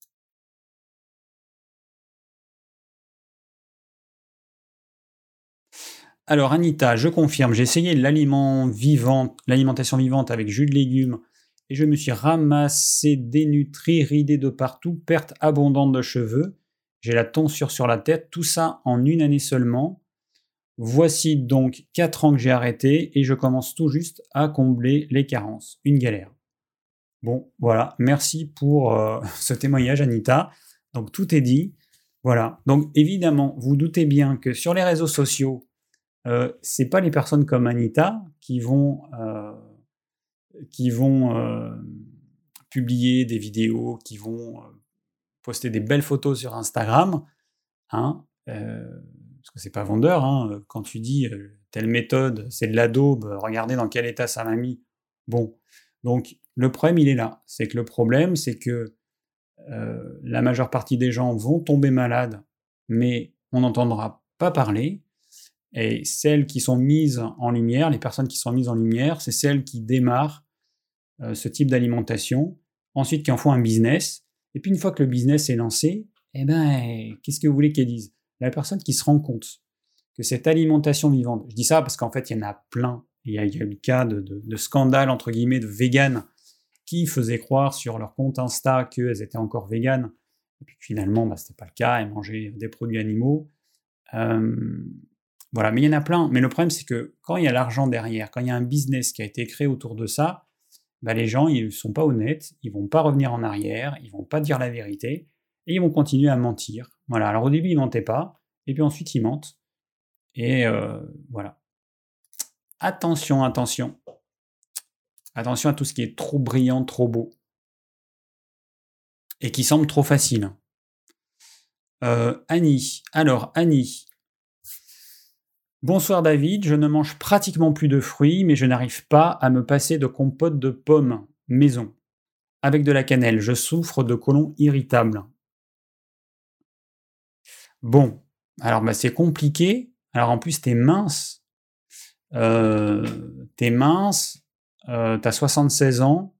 Alors Anita, je confirme, j'ai essayé l'aliment vivant, l'alimentation vivante avec jus de légumes et je me suis ramassé dénutri, ridé de partout, perte abondante de cheveux, j'ai la tonsure sur la tête, tout ça en une année seulement. Voici donc quatre ans que j'ai arrêté et je commence tout juste à combler les carences. Une galère. Bon, voilà, merci pour euh, ce témoignage Anita. Donc tout est dit. Voilà. Donc évidemment, vous doutez bien que sur les réseaux sociaux, euh, c'est pas les personnes comme Anita qui vont euh, qui vont euh, publier des vidéos, qui vont euh, poster des belles photos sur Instagram, hein, euh, parce que c'est pas vendeur, hein, quand tu dis euh, telle méthode, c'est de la daube, regardez dans quel état ça m'a mis. Bon, donc le problème il est là, c'est que le problème c'est que euh, la majeure partie des gens vont tomber malades, mais on n'entendra pas parler. Et celles qui sont mises en lumière, les personnes qui sont mises en lumière, c'est celles qui démarrent euh, ce type d'alimentation, ensuite qui en font un business, et puis une fois que le business est lancé, eh ben, qu'est-ce que vous voulez qu'elle dise? La personne qui se rend compte que cette alimentation vivante, je dis ça parce qu'en fait il y en a plein, il y a, il y a eu le cas de, de, de scandale entre guillemets de véganes qui faisaient croire sur leur compte Insta qu'elles étaient encore véganes, et puis finalement bah, c'était pas le cas, elles mangeaient des produits animaux. Euh, Voilà, mais il y en a plein. Mais le problème, c'est que quand il y a l'argent derrière, quand il y a un business qui a été créé autour de ça, bah les gens, ils ne sont pas honnêtes, ils vont pas revenir en arrière, ils vont pas dire la vérité, et ils vont continuer à mentir. Voilà, alors au début, ils mentaient pas, et puis ensuite, ils mentent. Et euh, voilà. Attention, attention. Attention à tout ce qui est trop brillant, trop beau. Et qui semble trop facile. Euh, Annie. Alors, Annie... Bonsoir David, je ne mange pratiquement plus de fruits, mais je n'arrive pas à me passer de compote de pommes maison. Avec de la cannelle, je souffre de côlon irritable. Bon, alors bah, c'est compliqué. Alors en plus, t'es mince. Euh, t'es mince, euh, t'as soixante-seize ans.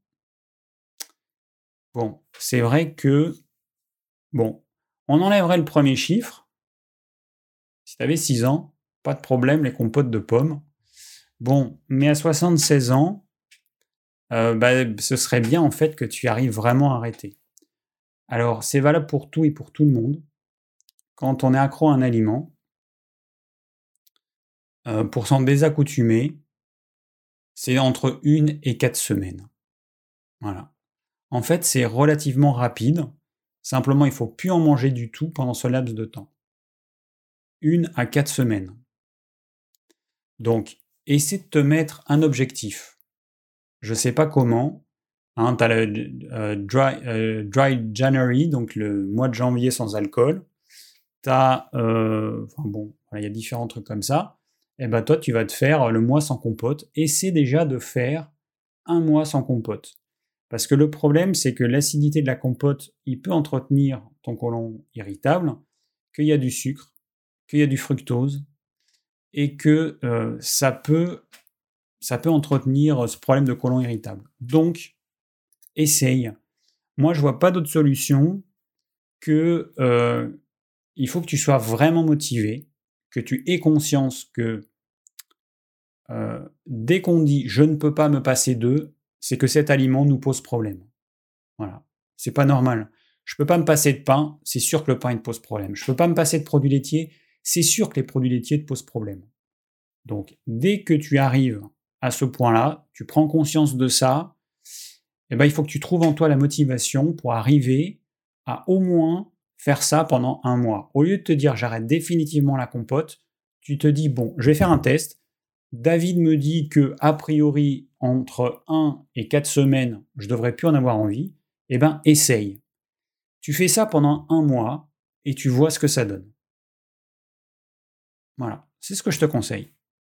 Bon, c'est vrai que... Bon, on enlèverait le premier chiffre. Si t'avais six ans, pas de problème, les compotes de pommes. Bon, mais à soixante-seize ans, euh, bah, ce serait bien en fait que tu arrives vraiment à arrêter. Alors, c'est valable pour tout et pour tout le monde. Quand on est accro à un aliment, euh, pour s'en désaccoutumer, c'est entre une et quatre semaines. Voilà. En fait, c'est relativement rapide. Simplement, il ne faut plus en manger du tout pendant ce laps de temps. Une à quatre semaines. Donc, essaie de te mettre un objectif. Je ne sais pas comment. Hein, tu as le euh, dry, euh, dry January, donc le mois de janvier sans alcool. Tu as, euh, enfin bon, il voilà, y a différents trucs comme ça. Et ben toi, tu vas te faire le mois sans compote. Essaie déjà de faire un mois sans compote. Parce que le problème, c'est que l'acidité de la compote, il peut entretenir ton côlon irritable, qu'il y a du sucre, qu'il y a du fructose, et que euh, ça, peut, ça peut entretenir ce problème de côlon irritable. Donc, essaye. Moi, je vois pas d'autre solution que euh, il faut que tu sois vraiment motivé, que tu aies conscience que euh, dès qu'on dit je ne peux pas me passer d'eux, c'est que cet aliment nous pose problème. Voilà, c'est pas normal. Je peux pas me passer de pain, c'est sûr que le pain il te pose problème. Je peux pas me passer de produits laitiers, c'est sûr que les produits laitiers te posent problème. Donc, dès que tu arrives à ce point-là, tu prends conscience de ça, eh ben, il faut que tu trouves en toi la motivation pour arriver à au moins faire ça pendant un mois. Au lieu de te dire j'arrête définitivement la compote, tu te dis bon, je vais faire un test. David me dit que a priori entre un et quatre semaines, je devrais plus en avoir envie. Eh ben, essaye. Tu fais ça pendant un mois et tu vois ce que ça donne. Voilà, c'est ce que je te conseille.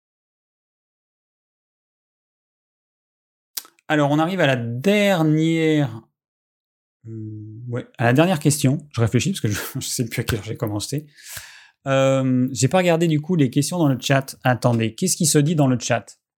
Alors, on arrive à la dernière, euh, ouais, à la dernière question. Je réfléchis parce que je ne sais plus à quelle heure j'ai commencé. Euh, j'ai pas regardé du coup les questions dans le chat. Attendez, qu'est-ce qui se dit dans le chat?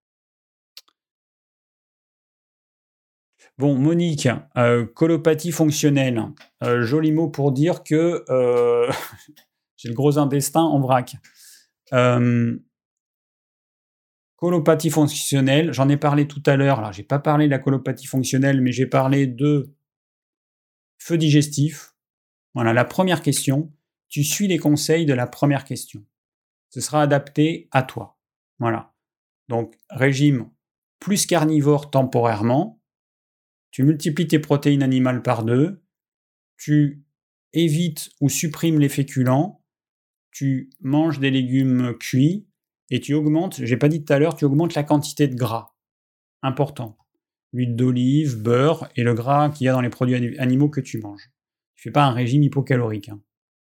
Bon, Monique, euh, colopathie fonctionnelle. Euh, joli mot pour dire que euh, j'ai le gros intestin en vrac. Euh, colopathie fonctionnelle, j'en ai parlé tout à l'heure. Alors, j'ai pas parlé de la colopathie fonctionnelle, mais j'ai parlé de feu digestif. Voilà, la première question. Tu suis les conseils de la première question. Ce sera adapté à toi. Voilà. Donc, régime plus carnivore temporairement. Tu multiplies tes protéines animales par deux. Tu évites ou supprimes les féculents. Tu manges des légumes cuits. Et tu augmentes, j'ai pas dit tout à l'heure, tu augmentes la quantité de gras. Important. Huile d'olive, beurre et le gras qu'il y a dans les produits animaux que tu manges. Tu fais pas un régime hypocalorique. Hein.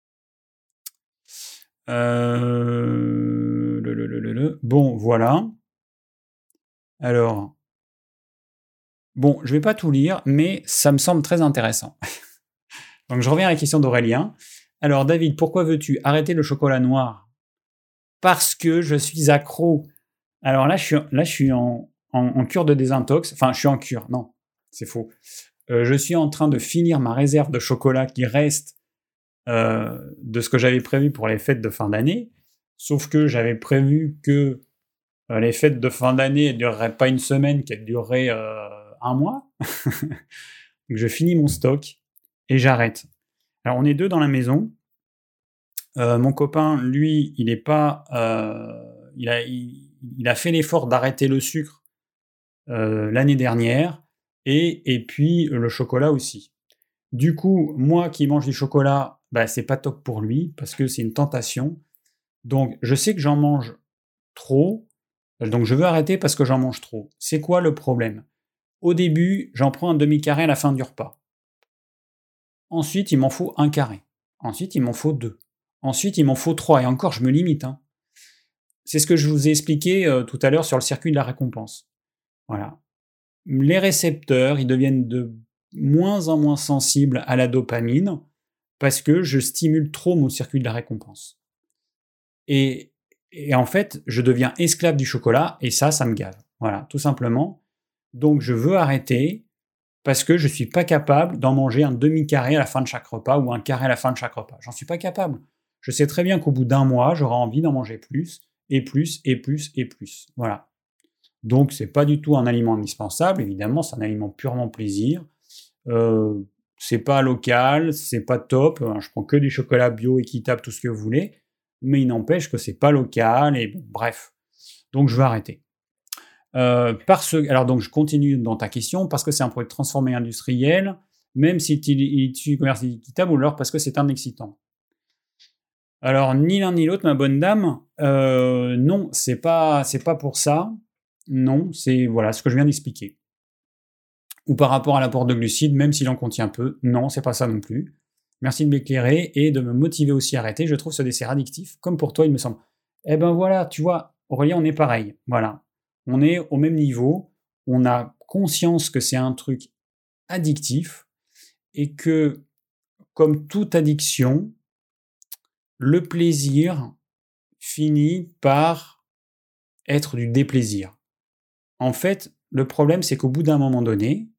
Euh... Le, le, le, le, le. Bon, voilà. Alors, bon, je vais pas tout lire, mais ça me semble très intéressant. Donc, je reviens à la question d'Aurélien. Alors, David, pourquoi veux-tu arrêter le chocolat noir? Parce que je suis accro. Alors là, je suis, là, je suis en, en, en cure de désintox. Enfin, je suis en cure. Non, c'est faux. Euh, je suis en train de finir ma réserve de chocolat qui reste euh, de ce que j'avais prévu pour les fêtes de fin d'année. Sauf que j'avais prévu que euh, les fêtes de fin d'année ne dureraient pas une semaine, qu'elles dureraient euh, un mois. Donc je finis mon stock et j'arrête. Alors on est deux dans la maison. Euh, mon copain, lui, il est pas, euh, il a, il, il a fait l'effort d'arrêter le sucre euh, l'année dernière et, et puis le chocolat aussi. Du coup, moi qui mange du chocolat, bah, c'est pas top pour lui parce que c'est une tentation. Donc, je sais que j'en mange trop, donc je veux arrêter parce que j'en mange trop. C'est quoi le problème? Au début, j'en prends un demi-carré à la fin du repas. Ensuite, il m'en faut un carré. Ensuite, il m'en faut deux. Ensuite, il m'en faut trois. Et encore, je me limite. Hein. C'est ce que je vous ai expliqué euh, tout à l'heure sur le circuit de la récompense. Voilà. Les récepteurs, ils deviennent de moins en moins sensibles à la dopamine parce que je stimule trop mon circuit de la récompense. Et, et en fait, je deviens esclave du chocolat et ça, ça me gave. Voilà, tout simplement. Donc, je veux arrêter parce que je ne suis pas capable d'en manger un demi-carré à la fin de chaque repas ou un carré à la fin de chaque repas. J'en suis pas capable. Je sais très bien qu'au bout d'un mois, j'aurai envie d'en manger plus, et plus, et plus, et plus. Voilà. Donc, c'est pas du tout un aliment indispensable. Évidemment, c'est un aliment purement plaisir. Euh, c'est pas local, c'est pas top. Je prends que du chocolat bio, équitable, tout ce que vous voulez. Mais il n'empêche que c'est pas local, et bon, bref. Donc, je vais arrêter. Euh, parce, alors donc je continue dans ta question, parce que c'est un produit transformé industriel, même s'il est issu du commerce équitable, ou alors parce que c'est un excitant. Alors ni l'un ni l'autre, ma bonne dame, euh, non, c'est pas, c'est pas pour ça. Non, c'est voilà ce que je viens d'expliquer. Ou par rapport à l'apport de glucides, même s'il en contient peu, non, c'est pas ça non plus. Merci de m'éclairer et de me motiver aussi à arrêter. Je trouve ce dessert addictif, comme pour toi, il me semble. Eh ben voilà, tu vois, Aurélien, on est pareil. Voilà. On est au même niveau, on a conscience que c'est un truc addictif et que, comme toute addiction, le plaisir finit par être du déplaisir. En fait, le problème, c'est qu'au bout d'un moment donné,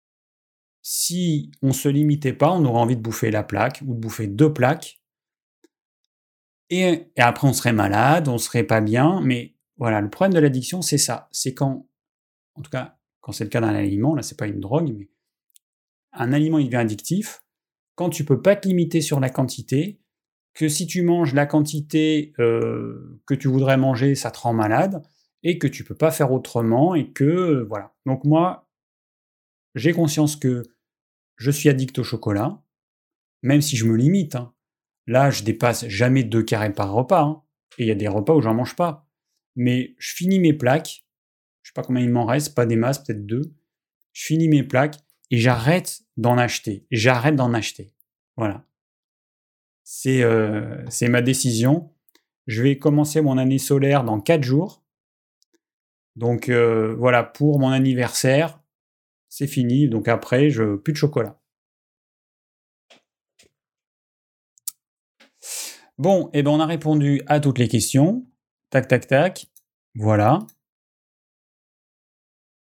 si on ne se limitait pas, on aurait envie de bouffer la plaque ou de bouffer deux plaques et, et après on serait malade, on serait pas bien, mais voilà, le problème de l'addiction, c'est ça. C'est quand, en tout cas, quand c'est le cas d'un aliment, là c'est pas une drogue, mais un aliment il devient addictif quand tu peux pas te limiter sur la quantité, que si tu manges la quantité euh, que tu voudrais manger, ça te rend malade, et que tu peux pas faire autrement, et que euh, voilà. Donc moi, j'ai conscience que je suis addict au chocolat, même si je me limite. Hein. Là, je dépasse jamais deux carrés par repas, hein, et il y a des repas où j'en mange pas. Mais je finis mes plaques, je sais pas combien il m'en reste, pas des masses, peut-être deux. Je finis mes plaques et j'arrête d'en acheter. J'arrête d'en acheter. Voilà. C'est euh, c'est ma décision. Je vais commencer mon année solaire dans quatre jours. Donc euh, voilà, pour mon anniversaire, c'est fini. Donc après, je plus de chocolat. Bon, et eh ben on a répondu à toutes les questions. Tac, tac, tac. Voilà.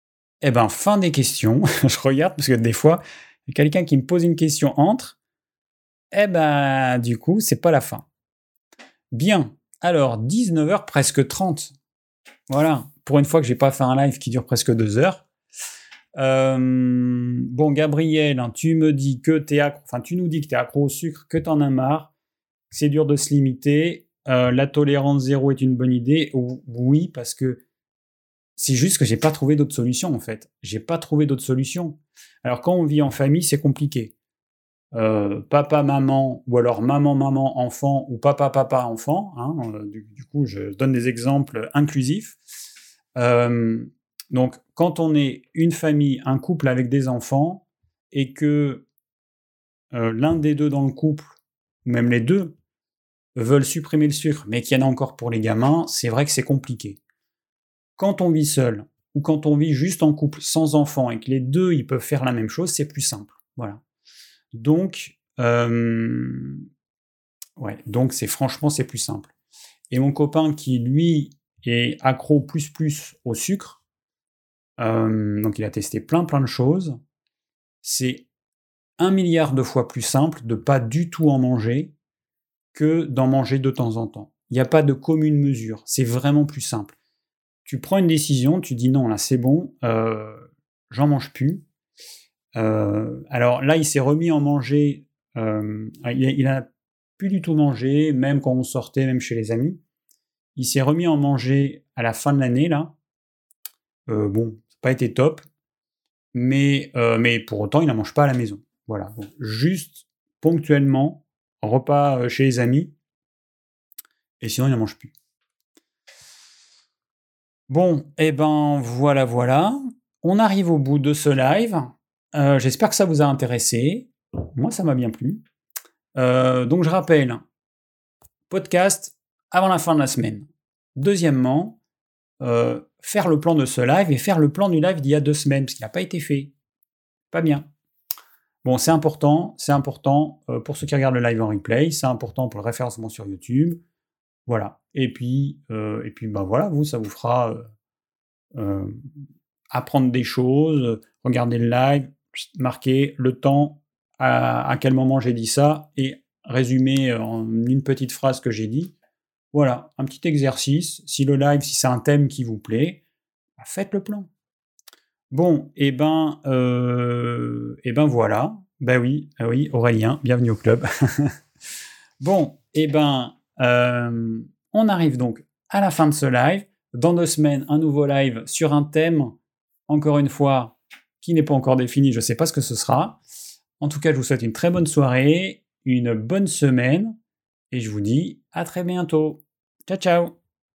Eh ben, fin des questions. Je regarde parce que des fois, il y a quelqu'un qui me pose une question entre. Eh ben, du coup, c'est pas la fin. Bien. Alors, dix-neuf heures, presque trente. Voilà. Pour une fois que j'ai pas fait un live qui dure presque deux heures. Euh, bon, Gabriel, hein, tu me dis que t'es accro, enfin, tu nous dis que t'es accro au sucre, que t'en as marre, que c'est dur de se limiter. Euh, la tolérance zéro est une bonne idée. Ou, oui, parce que c'est juste que j'ai pas trouvé d'autres solutions, en fait. J'ai pas trouvé d'autres solutions. Alors, quand on vit en famille, c'est compliqué. Euh, papa, maman, ou alors maman, maman, enfant, ou papa, papa, enfant. Hein, euh, du, du coup, je donne des exemples inclusifs. Euh, donc, quand on est une famille, un couple avec des enfants, et que euh, l'un des deux dans le couple, ou même les deux, veulent supprimer le sucre, mais qu'il y en a encore pour les gamins, c'est vrai que c'est compliqué. Quand on vit seul, ou quand on vit juste en couple sans enfants, et que les deux ils peuvent faire la même chose, c'est plus simple. Voilà. Donc, euh, ouais, donc c'est franchement c'est plus simple. Et mon copain qui lui est accro plus plus au sucre, euh, donc il a testé plein plein de choses. C'est un milliard de fois plus simple de pas du tout en manger que d'en manger de temps en temps. Il n'y a pas de commune mesure. C'est vraiment plus simple. Tu prends une décision, tu dis non là c'est bon, euh, j'en mange plus. Euh, alors là il s'est remis à en manger. Euh, il, a, il a plus du tout mangé, même quand on sortait, même chez les amis. Il s'est remis à en manger à la fin de l'année, là. Euh, bon, ça n'a pas été top, mais, euh, mais pour autant, il n'en mange pas à la maison. Voilà. Donc, juste ponctuellement, repas euh, chez les amis, et sinon, il n'en mange plus. Bon, et eh ben voilà, voilà. On arrive au bout de ce live. Euh, j'espère que ça vous a intéressé. Moi, ça m'a bien plu. Euh, donc, je rappelle, podcast avant la fin de la semaine. Deuxièmement, euh, faire le plan de ce live et faire le plan du live d'il y a deux semaines, parce qu'il n'a pas été fait. Pas bien. Bon, c'est important, c'est important euh, pour ceux qui regardent le live en replay, c'est important pour le référencement sur YouTube. Voilà. Et puis, euh, et puis ben voilà, vous, ça vous fera euh, euh, apprendre des choses, regarder le live, marquer le temps, à, à quel moment j'ai dit ça, et résumer en une petite phrase que j'ai dit. Voilà, un petit exercice. Si le live, si c'est un thème qui vous plaît, bah faites le plan. Bon, et eh ben, euh, et eh ben voilà. Ben oui, ah oui, Aurélien, bienvenue au club. Bon, et eh ben, euh, on arrive donc à la fin de ce live. Dans deux semaines, un nouveau live sur un thème, encore une fois, qui n'est pas encore défini. Je ne sais pas ce que ce sera. En tout cas, je vous souhaite une très bonne soirée, une bonne semaine, et je vous dis à très bientôt. Ciao, ciao!